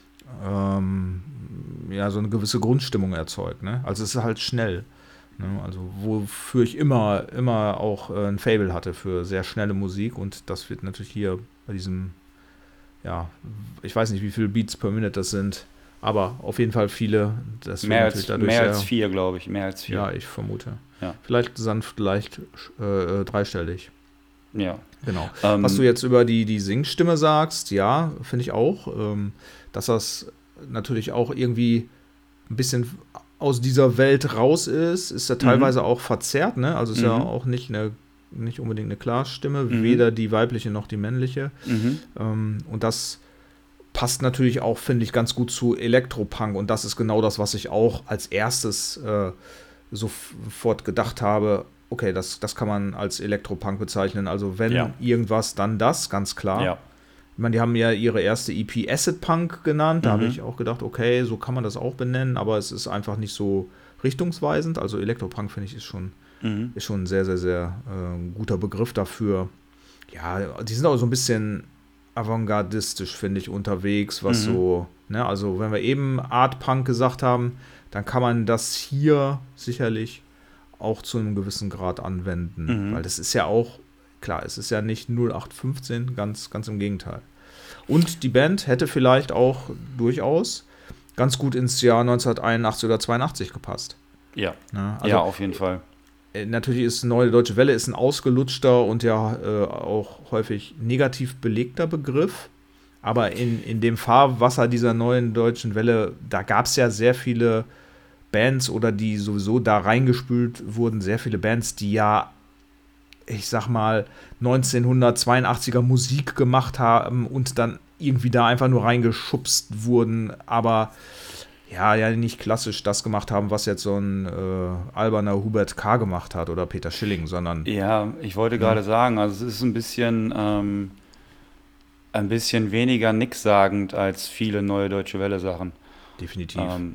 ähm, ja, so eine gewisse Grundstimmung erzeugt. Ne? Also es ist halt schnell. Ne? Also wofür ich immer, immer auch äh, ein Faible hatte für sehr schnelle Musik und das wird natürlich hier bei diesem, ja, ich weiß nicht, wie viele Beats per Minute das sind, aber auf jeden Fall viele. Das wird Mehr, natürlich als, dadurch mehr sehr, als vier, glaube ich. Mehr als vier. Ja, ich vermute. Ja. Vielleicht sanft, leicht äh, dreistellig. Ja. Genau. Ähm, Was du jetzt über die, die Singstimme sagst, ja, finde ich auch, ähm, dass das natürlich auch irgendwie ein bisschen aus dieser Welt raus ist, ist ja teilweise auch verzerrt, ne? Also ist ja Mhm. auch nicht eine nicht unbedingt eine Klarstimme, Mhm. weder die weibliche noch die männliche. Mhm. Ähm, und das passt natürlich auch, finde ich, ganz gut zu Elektropunk. Und das ist genau das, was ich auch als erstes äh, sofort gedacht habe. Okay, das, das kann man als Elektropunk bezeichnen. Also wenn Ja. irgendwas, dann das, ganz klar. Ja. Ich meine, die haben ja ihre erste E P Acid Punk genannt. Da Mhm. habe ich auch gedacht, okay, so kann man das auch benennen. Aber es ist einfach nicht so richtungsweisend. Also Elektropunk, finde ich, ist schon, Mhm. ist schon ein sehr, sehr, sehr äh, guter Begriff dafür. Ja, die sind auch so ein bisschen avantgardistisch, finde ich, unterwegs, was Mhm. so, ne, also wenn wir eben Art Punk gesagt haben, dann kann man das hier sicherlich auch zu einem gewissen Grad anwenden, Mhm. weil das ist ja auch, klar, es ist ja nicht null acht fünfzehn, ganz, ganz im Gegenteil. Und die Band hätte vielleicht auch durchaus ganz gut ins Jahr neunzehnhunderteinundachtzig oder zweiundachtzig gepasst. Ja. Ne? Also, Ja, auf jeden Fall. äh, natürlich ist Neue Deutsche Welle ist ein ausgelutschter und ja äh, auch häufig negativ belegter Begriff. Aber in, in dem Fahrwasser dieser Neuen Deutschen Welle, da gab es ja sehr viele Bands oder die sowieso da reingespült wurden, sehr viele Bands, die ja, ich sag mal, neunzehnhundertzweiundachtziger Musik gemacht haben und dann irgendwie da einfach nur reingeschubst wurden, aber ja, ja nicht klassisch das gemacht haben, was jetzt so ein äh, alberner Hubert K. gemacht hat oder Peter Schilling, sondern Ja, ich wollte gerade sagen, also es ist ein bisschen, ähm, ein bisschen weniger nichtssagend als viele Neue Deutsche Welle-Sachen. definitiv. Ähm,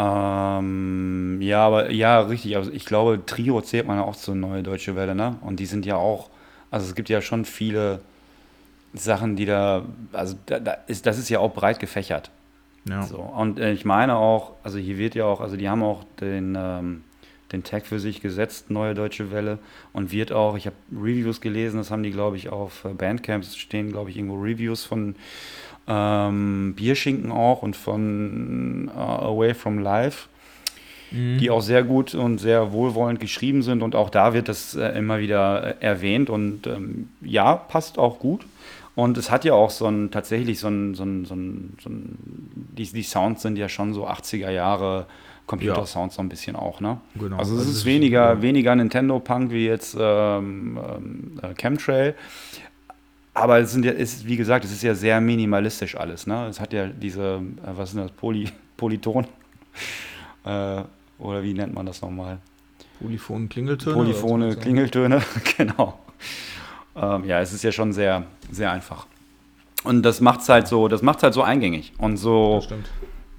ähm, ja, aber ja, richtig. Also ich glaube, Trio zählt man ja auch zur Neue Deutsche Welle, ne? Und die sind ja auch, also es gibt ja schon viele Sachen, die da, also da, da ist, das ist ja auch breit gefächert. Ja. So. Und äh, ich meine auch, also hier wird ja auch, also die haben auch den, ähm, den Tag für sich gesetzt, Neue Deutsche Welle, und wird auch, ich habe Reviews gelesen, das haben die, glaube ich, auf äh, Bandcamps stehen, glaube ich, irgendwo Reviews von ähm, Bierschinken auch und von äh, Away from Life, die auch sehr gut und sehr wohlwollend geschrieben sind, und auch da wird das äh, immer wieder äh, erwähnt, und ähm, ja, passt auch gut. Und es hat ja auch so ein, tatsächlich so ein, so ein, so ein, so ein die, die Sounds sind ja schon so achtziger Jahre Computer-Sounds so ein bisschen auch, ne? Genau. Also es Also ist es weniger, ist- weniger Nintendo-Punk wie jetzt ähm, ähm, äh, Chemtrail. Aber es sind ja, ist, wie gesagt, es ist ja sehr minimalistisch alles, ne? Es hat ja diese, äh, was ist das, Poly, Polyton? äh, oder wie nennt man das nochmal? Polyphone Klingeltöne. Polyphone oder so. Klingeltöne, genau. Ähm, ja, es ist ja schon sehr, sehr einfach. Und das macht's halt so, das macht's halt so eingängig und so Das stimmt.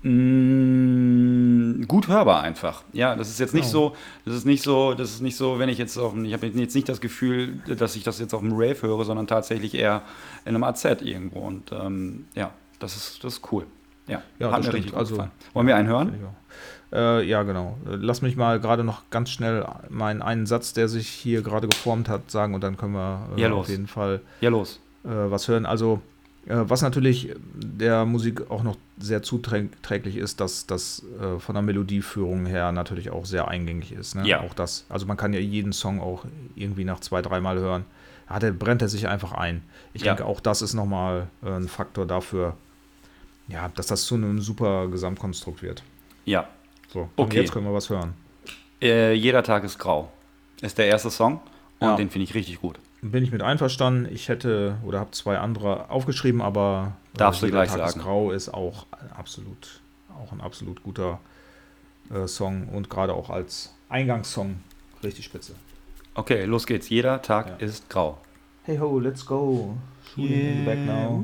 mh, gut hörbar einfach. Ja, das ist jetzt nicht Genau. so, das ist nicht so, das ist nicht so, wenn ich jetzt auf, dem- ich habe jetzt nicht das Gefühl, dass ich das jetzt auf dem Rave höre, sondern tatsächlich eher in einem A Z irgendwo. Und ähm, ja, das ist, das ist cool. Ja, Ja, hat das mir stimmt. richtig gut Also- gefallen. Wollen wir einen hören? Finde ich auch. Äh, ja, genau. Äh, Lass mich mal gerade noch ganz schnell meinen einen Satz, der sich hier gerade geformt hat, sagen und dann können wir äh, Ja, auf los. jeden Fall Ja, los. äh, was hören. Also, äh, was natürlich der Musik auch noch sehr zuträglich ist, dass das äh, von der Melodieführung her natürlich auch sehr eingängig ist. Ne? Ja. Auch das. Also, man kann ja jeden Song auch irgendwie nach zwei, dreimal hören. Ja, der brennt er sich einfach ein. Ich Ja. denke, auch das ist nochmal äh, ein Faktor dafür, ja, dass das zu einem super Gesamtkonstrukt wird. Ja. So, und Okay. jetzt können wir was hören. Äh, Jeder Tag ist grau ist der erste Song, und Ja. den finde ich richtig gut. Bin ich mit einverstanden. Ich hätte oder habe zwei andere aufgeschrieben, aber äh, Darfst du Jeder gleich Tag ist sagen. Grau ist auch absolut, auch ein absolut guter äh, Song und gerade auch als Eingangssong richtig spitze. Okay, los geht's. Jeder Tag Ja. ist grau. Hey ho, let's go. Shooting in the back now.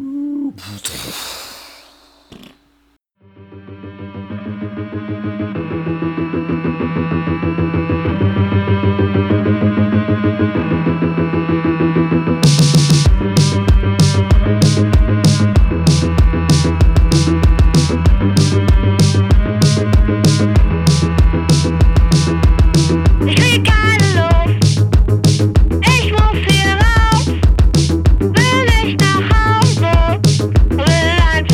Ich krieg keine Luft, ich muss hier raus, will nicht nach Hause, will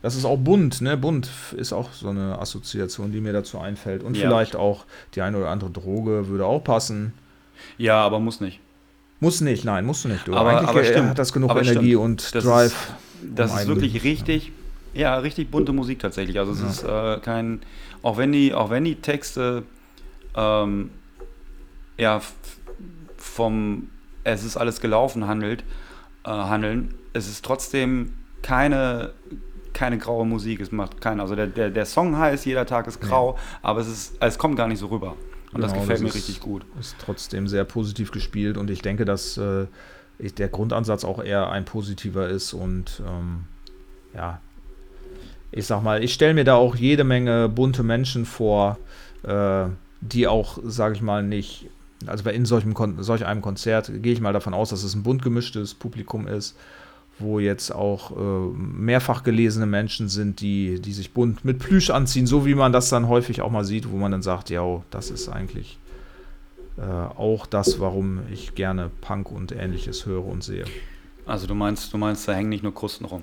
Das ist auch bunt, ne? Bunt ist auch so eine Assoziation, die mir dazu einfällt. Und Ja. vielleicht auch die eine oder andere Droge würde auch passen. Ja, aber muss nicht. Muss nicht, nein, musst du nicht. Du. Aber- Eigentlich aber äh, stimmt. hat das genug Aber Energie stimmt. und Das Drive. ist- Das um ist einen- wirklich richtig, ja, richtig bunte Musik tatsächlich. Also es ist äh, kein, auch wenn die, auch wenn die Texte ähm, ja f- vom es ist alles gelaufen handelt, äh, handeln, es ist trotzdem keine, keine graue Musik. Es macht keiner. Also der, der, der Song heißt Jeder Tag ist grau, aber es ist, es kommt gar nicht so rüber. Und das Genau, gefällt das mir ist- richtig gut. Ist trotzdem sehr positiv gespielt und ich denke, dass äh, ich- der Grundansatz auch eher ein positiver ist und ähm, ja, ich sag mal, ich stelle mir da auch jede Menge bunte Menschen vor, äh, die auch, sage ich mal, nicht, also bei in solchem Kon- solch einem Konzert gehe ich mal davon aus, dass es ein bunt gemischtes Publikum ist, wo jetzt auch äh, mehrfach gelesene Menschen sind, die, die sich bunt mit Plüsch anziehen, so wie man das dann häufig auch mal sieht, wo man dann sagt, ja, oh, das ist eigentlich äh, auch das, warum ich gerne Punk und Ähnliches höre und sehe. Also du meinst, du meinst, da hängen nicht nur Krusten rum.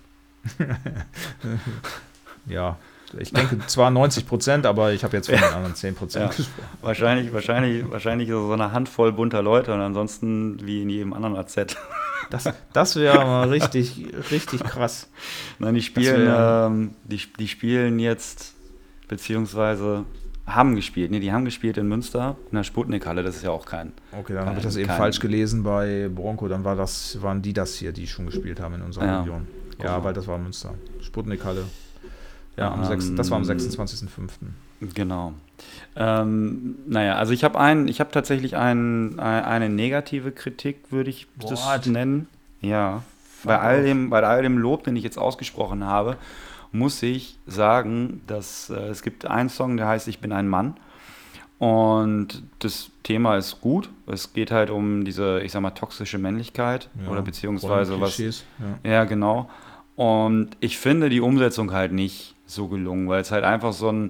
Ja, ich denke zwar neunzig Prozent, aber ich habe jetzt von den anderen zehn Prozent Ja. gesprochen. Wahrscheinlich, wahrscheinlich, wahrscheinlich so eine Handvoll bunter Leute und ansonsten wie in jedem anderen A Z. Das, das wäre mal richtig, richtig krass. Nein, die spielen, wär- ähm, die, die spielen jetzt, beziehungsweise haben gespielt. Nee, die haben gespielt in Münster, in der Sputnik-Halle, das ist ja auch kein. Okay, dann habe ich Kein- das eben kein- falsch gelesen bei Bronco. Dann war das, waren die das hier, die schon gespielt haben in unserer Ja. Region. Ja, Genau. weil das war Münster. Sputnik-Halle. Ja, am Ähm, sechsten das war am sechsundzwanzigsten fünften Genau. Ähm, naja, also ich habe ein, ich habe tatsächlich ein, ein, eine negative Kritik, würde ich das What? nennen. Ja. Bei all, dem, bei all dem Lob, den ich jetzt ausgesprochen habe, muss ich sagen, dass äh, es gibt einen Song, der heißt Ich bin ein Mann. Und das Thema ist gut. Es geht halt um diese, ich sag mal, toxische Männlichkeit oder beziehungsweise was. Rollenklischees, ja. Ja, genau. Und ich finde die Umsetzung halt nicht so gelungen, weil es halt einfach so ein,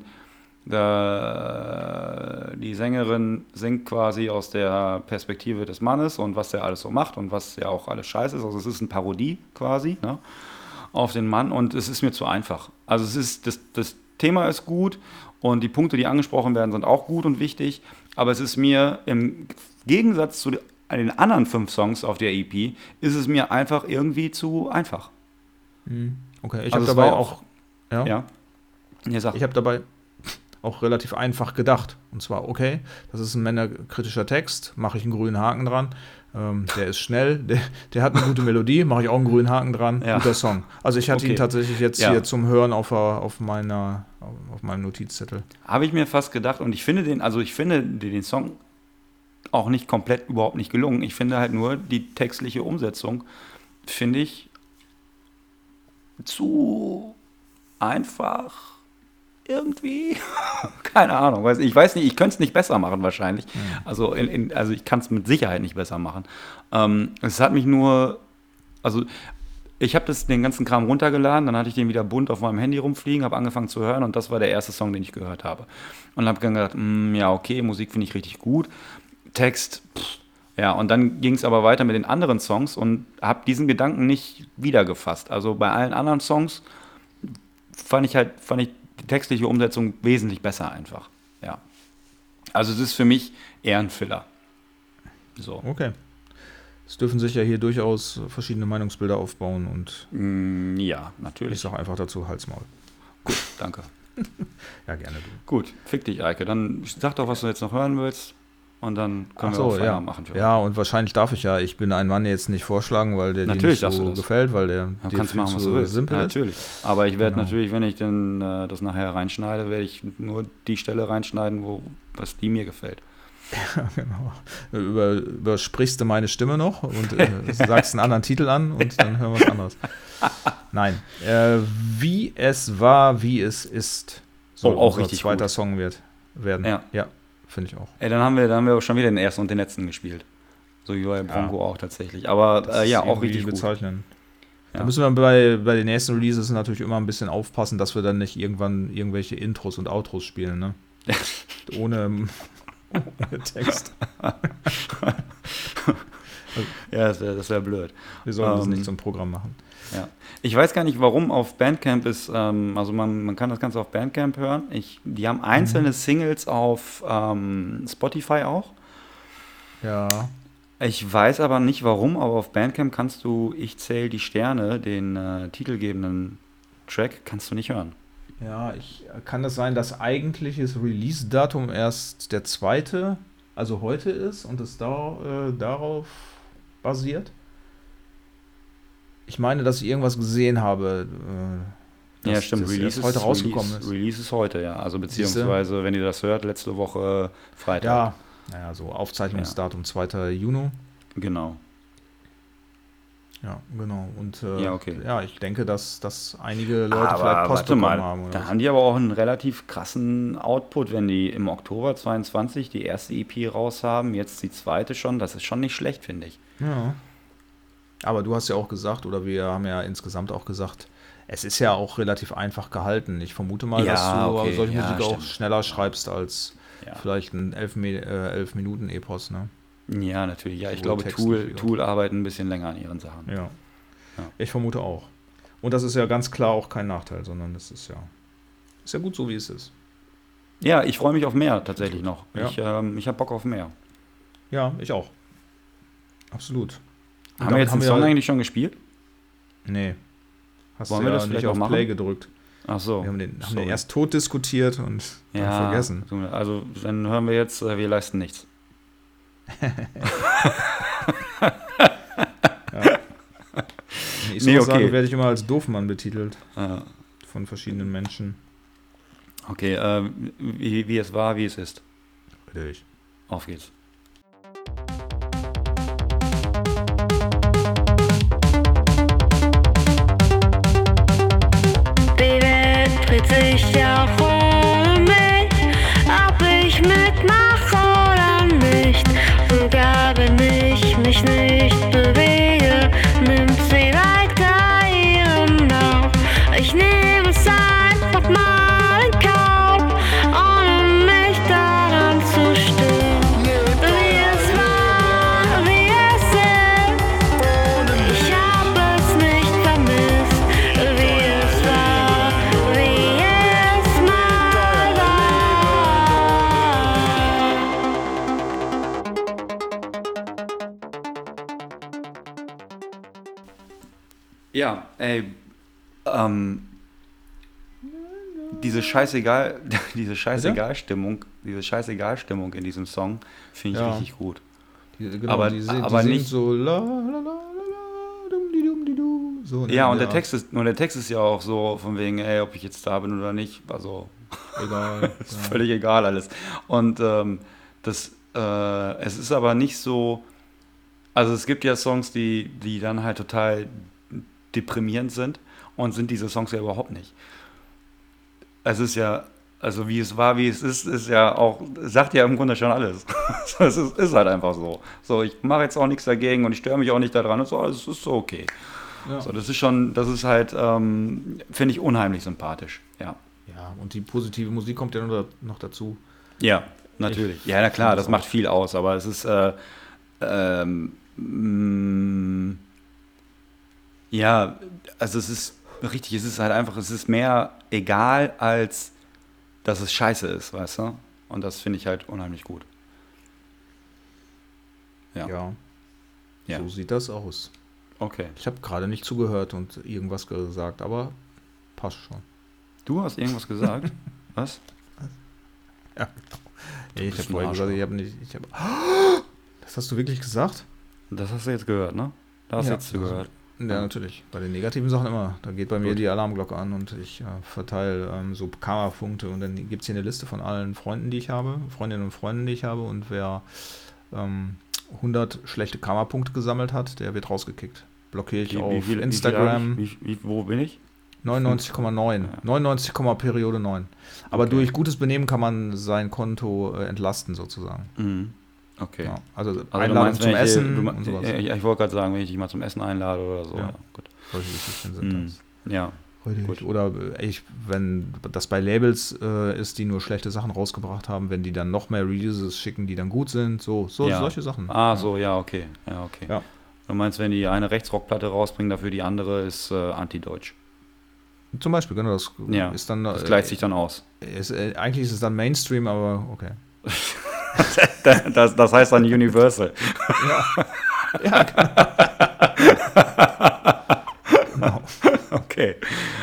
äh, die Sängerin singt quasi aus der Perspektive des Mannes und was der alles so macht und was ja auch alles scheiße ist. Also es ist eine Parodie quasi, ne, auf den Mann und es ist mir zu einfach. Also es ist, das, das Thema ist gut und die Punkte, die angesprochen werden, sind auch gut und wichtig, aber es ist mir im Gegensatz zu den anderen fünf Songs auf der E P, ist es mir einfach irgendwie zu einfach. Okay, ich Also habe es dabei war auch, ja, Ja. Ja, sag. ich habe dabei auch relativ einfach gedacht. Und zwar, okay, das ist ein männerkritischer Text, mache ich einen grünen Haken dran. Ähm, der ist schnell, der, der hat eine gute Melodie, mache ich auch einen grünen Haken dran. Ja. Guter Song. Also ich hatte Okay. ihn tatsächlich jetzt Ja. hier zum Hören auf, der- auf, meiner, auf meinem Notizzettel. Habe ich mir fast gedacht und ich finde den, also ich finde den Song auch nicht komplett überhaupt nicht gelungen. Ich finde halt nur die textliche Umsetzung, finde ich zu einfach irgendwie. Keine Ahnung. weiß- Ich weiß nicht, ich könnte es nicht besser machen wahrscheinlich. Also, in, in, also ich kann es mit Sicherheit nicht besser machen. Ähm, es hat mich nur, also ich habe das den ganzen Kram runtergeladen, dann hatte ich den wieder bunt auf meinem Handy rumfliegen, habe angefangen zu hören und das war der erste Song, den ich gehört habe. Und habe dann gedacht, mm, ja okay, Musik finde ich richtig gut, Text, pff. Ja, und dann ging es aber weiter mit den anderen Songs und habe diesen Gedanken nicht wiedergefasst. Also bei allen anderen Songs fand ich halt, fand ich die textliche Umsetzung wesentlich besser einfach. Ja. Also es ist für mich eher ein Filler. So. Okay. Es dürfen sich ja hier durchaus verschiedene Meinungsbilder aufbauen und Mm, ja, ich natürlich. sage einfach dazu Halsmaul. Gut, danke. Ja, gerne du. Gut, fick dich, Eike. Dann sag doch, was du jetzt noch hören willst und dann können Ach wir auch so, ja. Feierabend machen. Für Ja, und wahrscheinlich darf ich ja, ich bin ein Mann jetzt nicht vorschlagen, weil der dir Natürlich nicht darfst du so das. gefällt, weil der Dann dir kannst du viel machen, was zu du willst. simpel Ja, ist. natürlich. Aber ich werde Genau. natürlich, wenn ich denn äh, das nachher reinschneide, werde ich nur die Stelle reinschneiden, wo was die mir gefällt. Ja, genau. Über, übersprichst du meine Stimme noch und äh, sagst einen anderen Titel an und dann hören wir was anderes. Nein. Äh, wie es war, wie es ist. Soll Oh, auch unser richtig zweiter gut. Song wird, werden. Ja. ja finde ich auch. Ey, dann haben wir, dann haben wir auch schon wieder den ersten und den letzten gespielt. So wie bei Bronco auch tatsächlich. Aber Das äh, ist ja, auch irgendwie richtig gut. bezeichnend. Da Ja. müssen wir bei, bei den nächsten Releases natürlich immer ein bisschen aufpassen, dass wir dann nicht irgendwann irgendwelche Intros und Outros spielen, ne? Ohne, ohne Text. Ja, das wäre das wär blöd. Wir sollen das Ähm, nicht zum Programm machen. Ja. Ich weiß gar nicht, warum auf Bandcamp ist, ähm, also man, man kann das Ganze auf Bandcamp hören. Ich, die haben einzelne Singles auf ähm, Spotify auch. Ja. Ich weiß aber nicht warum, aber auf Bandcamp kannst du Ich zähl die Sterne, den äh, titelgebenden Track, kannst du nicht hören. Ja, ich, kann das sein, dass eigentliches Release-Datum erst der zweite, also heute ist und es da, äh, darauf basiert? Ich meine, dass ich irgendwas gesehen habe. Äh, Ja, dass stimmt. das Release erst heute ist, rausgekommen Release, ist. Release ist heute, ja. Also Siehste? beziehungsweise, wenn ihr das hört, letzte Woche Freitag. Ja, naja, so Aufzeichnungsdatum zweiter Juni. Genau. Ja, genau. Und äh, Ja, okay. ja, ich denke, dass, dass einige Leute Aber vielleicht Post warte bekommen mal, haben. Oder da so. haben die aber auch einen relativ krassen Output, wenn die im Oktober zweiundzwanzig die erste E P raus haben, jetzt die zweite schon. Das ist schon nicht schlecht, finde ich. Ja. Aber du hast ja auch gesagt, oder wir haben ja insgesamt auch gesagt, es ist ja auch relativ einfach gehalten. Ich vermute mal, Ja, dass du okay, solche ja, Musik auch stimmt. schneller schreibst als Ja. vielleicht ein elf Minuten Epos, ne? Ja, natürlich. Ja, ich Sowohl glaube, textlich Tool, wie auch- Tool arbeitet ein bisschen länger an ihren Sachen. Ja. Ja. Ich vermute auch. Und das ist ja ganz klar auch kein Nachteil, sondern das ist ja, ist ja gut so, wie es ist. Ja, ich freue mich auf mehr tatsächlich noch. Ja. Ich, ähm, ich habe Bock auf mehr. Ja, ich auch. Absolut. Und Haben wir damit jetzt den Song wir- eigentlich schon gespielt? Nee. Hast Wollen du wir ja das vielleicht nicht auch auf machen? Play gedrückt. Ach so. Wir haben den, haben Sorry. den erst tot diskutiert und dann ja, vergessen. Also dann hören wir jetzt, äh, wir leisten nichts. Wenn ich Nee, sowas okay. sage, werde ich immer als Doofmann betitelt Äh, von verschiedenen Menschen. okay, äh, wie, wie es war, wie es ist. Richtig. Auf geht's. Die Welt dreht sich auch um mich, ob ich mitmache oder nicht. Sogar wenn ich mich nicht bewege, nimmt sie weiter ihren Lauf. Ich nehme es einfach mal in Kauf, ohne mich daran zu stören. Wie es war, wie es ist, ich hab es nicht vermisst. Wie es war, wie es mal war. Ja, ey, ähm, diese scheißegal, diese scheißegal-Stimmung, diese scheißegal-Stimmung in diesem Song finde ich Ja. richtig gut. Die, genau, Aber- die, sind, aber die sind nicht- so la la la la la dum di dum di du. So, ne, Ja, in und der Art. Text ist, und der Text ist ja auch so von wegen, ey, ob ich jetzt da bin oder nicht, also Egal. ist ja. völlig egal alles. Und ähm, das, äh, es ist aber nicht so, also es gibt ja Songs, die, die dann halt total deprimierend sind und sind diese Songs ja überhaupt nicht. Es ist ja, also wie es war, wie es ist, ist ja auch, sagt ja im Grunde schon alles. Es ist, ist halt einfach so. So, ich mache jetzt auch nichts dagegen und ich störe mich auch nicht daran und so, alles ist so okay. Ja. So, das ist schon, das ist halt, ähm, finde ich unheimlich sympathisch, ja. Ja, und die positive Musik kommt ja noch, noch dazu. Ja, natürlich. Ich ja, na klar, finde das es macht auch. viel aus, aber es ist, äh, ähm, mm, ja, also es ist richtig, es ist halt einfach, es ist mehr egal, als dass es scheiße ist, weißt du? Und das finde ich halt unheimlich gut. Ja, Ja. Ja. So sieht das aus. okay. Ich habe gerade nicht zugehört und irgendwas gesagt, aber passt schon. Du hast irgendwas gesagt? Was? Ja. Nee, ich bist habe ein vorher gesagt, Arschloch. ich habe nicht. Ich hab, das hast du wirklich gesagt? Das hast du jetzt gehört, ne? Da hast du Ja. jetzt zugehört. Ja, natürlich. Bei den negativen Sachen immer. Da geht bei mir Gut. die Alarmglocke an und ich äh, verteile ähm, so Karma-Punkte. Und dann gibt es hier eine Liste von allen Freunden, die ich habe, Freundinnen und Freunden, die ich habe. Und wer ähm, hundert schlechte Karma-Punkte gesammelt hat, der wird rausgekickt. Blockiere ich Wie- wie auf viel- wie viel hab Instagram. ich? Wie, wie, wo bin ich? neunundneunzig Komma neun. Ja. neunundneunzig, Periode neun. Aber Okay. durch gutes Benehmen kann man sein Konto äh, entlasten, sozusagen. Mhm. Okay. Ja, also, Also Einladung du meinst, zum wenn ich, Essen du, und meinst- sowas. ja, ich, ich wollte gerade sagen, wenn ich dich mal zum Essen einlade oder so. Ja. Ja, gut. Solche Geschichten sind Mhm. das. Ja, Richtig. Gut. Oder äh, ich, wenn das bei Labels äh, ist, die nur schlechte Sachen rausgebracht haben, wenn die dann noch mehr Releases schicken, die dann gut sind, so, so ja. solche Sachen. Ah, Ja. so, ja, okay. Ja, okay. Ja. Du meinst, wenn die eine Rechtsrockplatte rausbringen, dafür die andere ist äh, anti-deutsch. Zum Beispiel, genau, das Ja, ist dann. das gleicht sich dann aus. Ist, äh, eigentlich ist es dann Mainstream, aber okay. das, das heißt dann Universal. Ja, genau. Okay.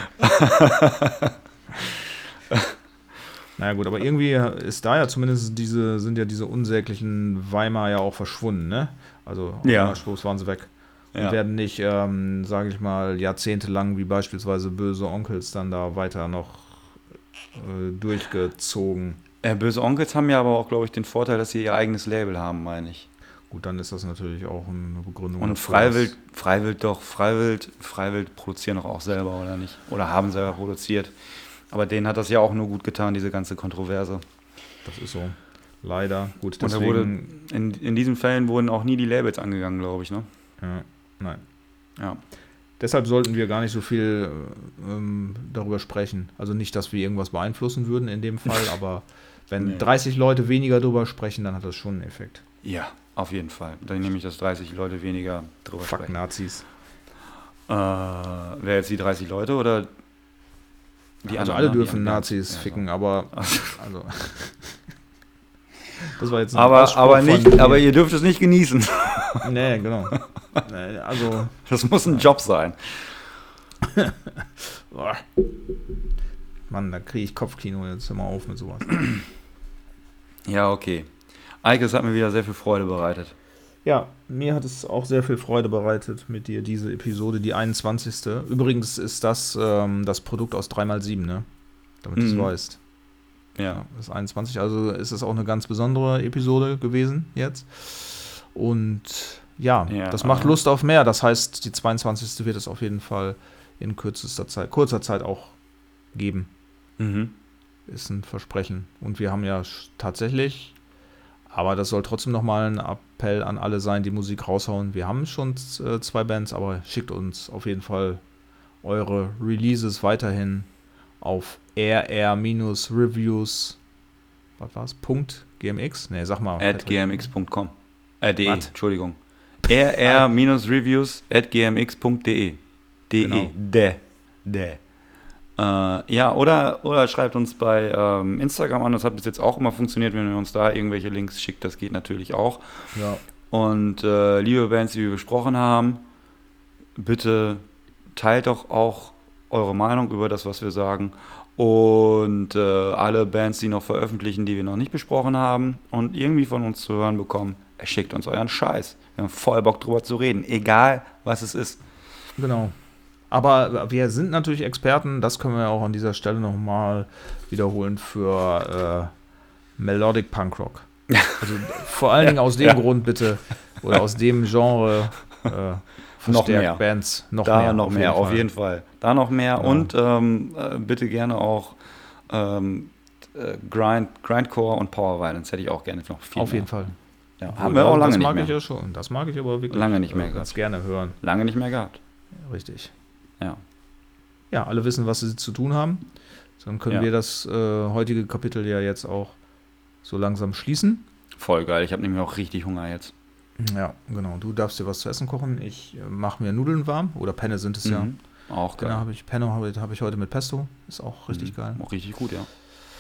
Naja gut, aber irgendwie ist da ja zumindest diese, sind ja diese unsäglichen Weimar ja auch verschwunden, ne? Also Ja. Schluss waren sie weg. Und Ja. werden nicht, ähm, sage ich mal, jahrzehntelang wie beispielsweise Böse Onkels dann da weiter noch äh, durchgezogen. Äh, Böse Onkels haben ja aber auch, glaube ich, den Vorteil, dass sie ihr eigenes Label haben, meine ich. Gut, dann ist das natürlich auch eine Begründung. Und dafür, Freiwild, Freiwild doch, Freiwild, Freiwild produzieren doch auch selber, oder nicht? Oder haben selber produziert. Aber denen hat das ja auch nur gut getan, diese ganze Kontroverse. Das ist so. Leider. Gut, Und da deswegen. wurde, in, in diesen Fällen wurden auch nie die Labels angegangen, glaube ich, ne? Ja, nein. Ja. Deshalb sollten wir gar nicht so viel ähm, darüber sprechen. Also nicht, dass wir irgendwas beeinflussen würden in dem Fall, aber wenn Nee. dreißig Leute weniger darüber sprechen, dann hat das schon einen Effekt. Ja, auf jeden Fall. Dann nehme ich, dass dreißig Leute weniger drüber Fuck sprechen. Nazis. Äh, wer jetzt die dreißig Leute oder die also anderen, alle ne? Die dürfen anderen? Nazis Ja, so. ficken, aber also das war jetzt ein Aber, Ausspruch aber, von nicht, mir. aber ihr dürft es nicht genießen. Nee, genau. Nee, also Das muss ein Job sein. boah. Mann, da kriege ich Kopfkino, jetzt hör mal auf mit sowas. Ja, okay. Eike, es hat mir wieder sehr viel Freude bereitet. Ja, mir hat es auch sehr viel Freude bereitet mit dir, diese Episode, die einundzwanzigste. Übrigens ist das ähm, das Produkt aus drei mal sieben, ne? Damit du es Mhm. weißt. Ja. Ja, das ist einundzwanzig, also ist es auch eine ganz besondere Episode gewesen jetzt. Und ja, Ja, das macht aber- Lust auf mehr. Das heißt, die zweiundzwanzigste wird es auf jeden Fall in kürzester Zeit, kurzer Zeit auch geben. Mhm. Ist ein Versprechen. Und wir haben ja sch- tatsächlich, aber das soll trotzdem nochmal ein Appell an alle sein, die Musik raushauen. Wir haben schon äh, zwei Bands, aber schickt uns auf jeden Fall eure Releases weiterhin auf r r-reviews, was war's? Punkt .gmx? Nee, sag mal. At gmx punkt com. Äh, de, Was? Entschuldigung. rr-reviews at gmx.de. De. Genau. De. De. Äh, ja, oder, oder schreibt uns bei ähm, Instagram an. Das hat bis jetzt auch immer funktioniert, wenn ihr uns da irgendwelche Links schickt. Das geht natürlich auch. Ja, Und äh, liebe Bands, die wir besprochen haben, bitte teilt doch auch eure Meinung über das, was wir sagen. Und äh, alle Bands, die noch veröffentlichen, die wir noch nicht besprochen haben und irgendwie von uns zu hören bekommen, schickt uns euren Scheiß. Wir haben voll Bock drüber zu reden, egal was es ist. genau. Aber wir sind natürlich Experten, das können wir auch an dieser Stelle nochmal wiederholen für äh, Melodic Punk Rock. Also vor allen Dingen aus dem Ja. Grund bitte, oder aus dem Genre äh, Noch verstärkt mehr. Bands. Noch da mehr. noch auf mehr, jeden auf Fall. jeden Fall. Da noch mehr Genau. und ähm, äh, bitte gerne auch ähm, äh, Grind, Grindcore und Power Violence hätte ich auch gerne noch viel Auf mehr. jeden Fall. Ja, Obwohl, haben wir auch lange das nicht mag mehr. ich ja schon. Das mag ich aber wirklich Lange nicht mehr äh, ganz gehabt. gerne hören. Lange nicht mehr gehabt. Richtig. Ja. Ja, alle wissen, was sie zu tun haben. Dann können Ja. wir das äh, heutige Kapitel ja jetzt auch so langsam schließen. Voll geil. Ich habe nämlich auch richtig Hunger jetzt. Ja, genau. Du darfst dir was zu essen kochen. Ich äh, mache mir Nudeln warm. Oder Penne sind es ja. Mhm. Auch geil. Genau, habe ich Penne habe hab ich heute mit Pesto. Ist auch richtig Mhm. geil. Auch richtig gut, ja.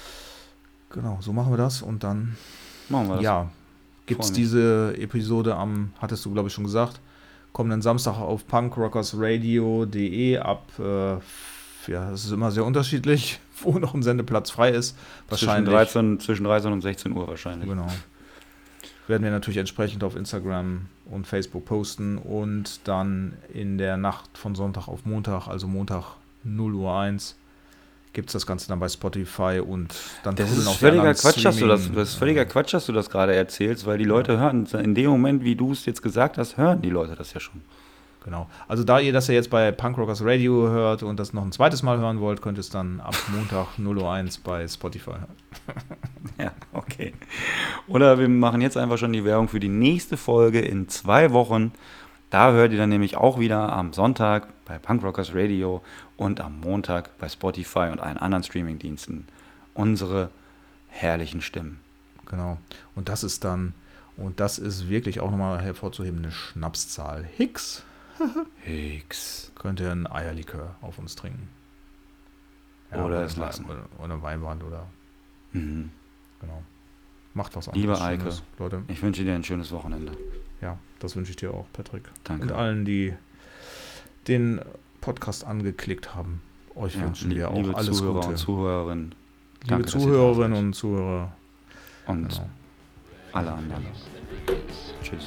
Genau, so machen wir das. Und dann, Machen wir das. ja, gibt es Freu mich. diese Episode am, hattest du glaube ich schon gesagt, kommenden Samstag auf punkrockersradio punkt de ab, äh, ja, es ist immer sehr unterschiedlich, wo noch ein Sendeplatz frei ist. Zwischen Wahrscheinlich. dreizehn, zwischen dreizehn und sechzehn Uhr wahrscheinlich. Genau. Werden wir natürlich entsprechend auf Instagram und Facebook posten und dann in der Nacht von Sonntag auf Montag, also Montag null Uhr eins, gibt es das Ganze dann bei Spotify und dann Das trudeln ist auch die völliger anderen Quatsch, dass du das, Streaming- das ist völliger Quatsch, dass du das gerade erzählst, weil die Leute hören, in dem Moment, wie du es jetzt gesagt hast, hören die Leute das ja schon. Genau. Also da ihr das ja jetzt bei Punk Rockers Radio hört und das noch ein zweites Mal hören wollt, könnt ihr es dann ab Montag null Uhr eins bei Spotify hören. Ja, okay. Oder wir machen jetzt einfach schon die Werbung für die nächste Folge in zwei Wochen. Da hört ihr dann nämlich auch wieder am Sonntag bei Punk Rockers Radio und am Montag bei Spotify und allen anderen Streamingdiensten unsere herrlichen Stimmen. Genau. Und das ist dann Und das ist wirklich auch nochmal hervorzuhebende Schnapszahl. Hicks Hicks. könnte ein Eierlikör auf uns trinken. Oder es Wein- lassen. Oder, oder Weinbrand oder Mhm. genau. Macht was Lieber anderes Eike. Schönes, Leute. Ich wünsche dir ein schönes Wochenende. Ja, das wünsche ich dir auch, Patrick. Danke. Und allen, die den Podcast angeklickt haben. Euch Ja, wünschen lie- wir auch liebe alles Zuhörer Gute. und Zuhörerinnen. Liebe Danke, dass ihr da Zuhörerinnen seid. und Zuhörer. Und Genau. alle anderen. Tschüss.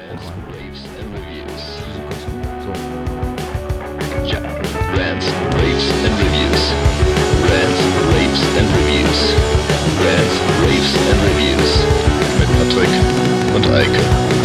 So. Ja, Rants, Raves and Reviews. Rants, Raves and Reviews. Rants, Raves and Reviews. Mit Patrick und Eike.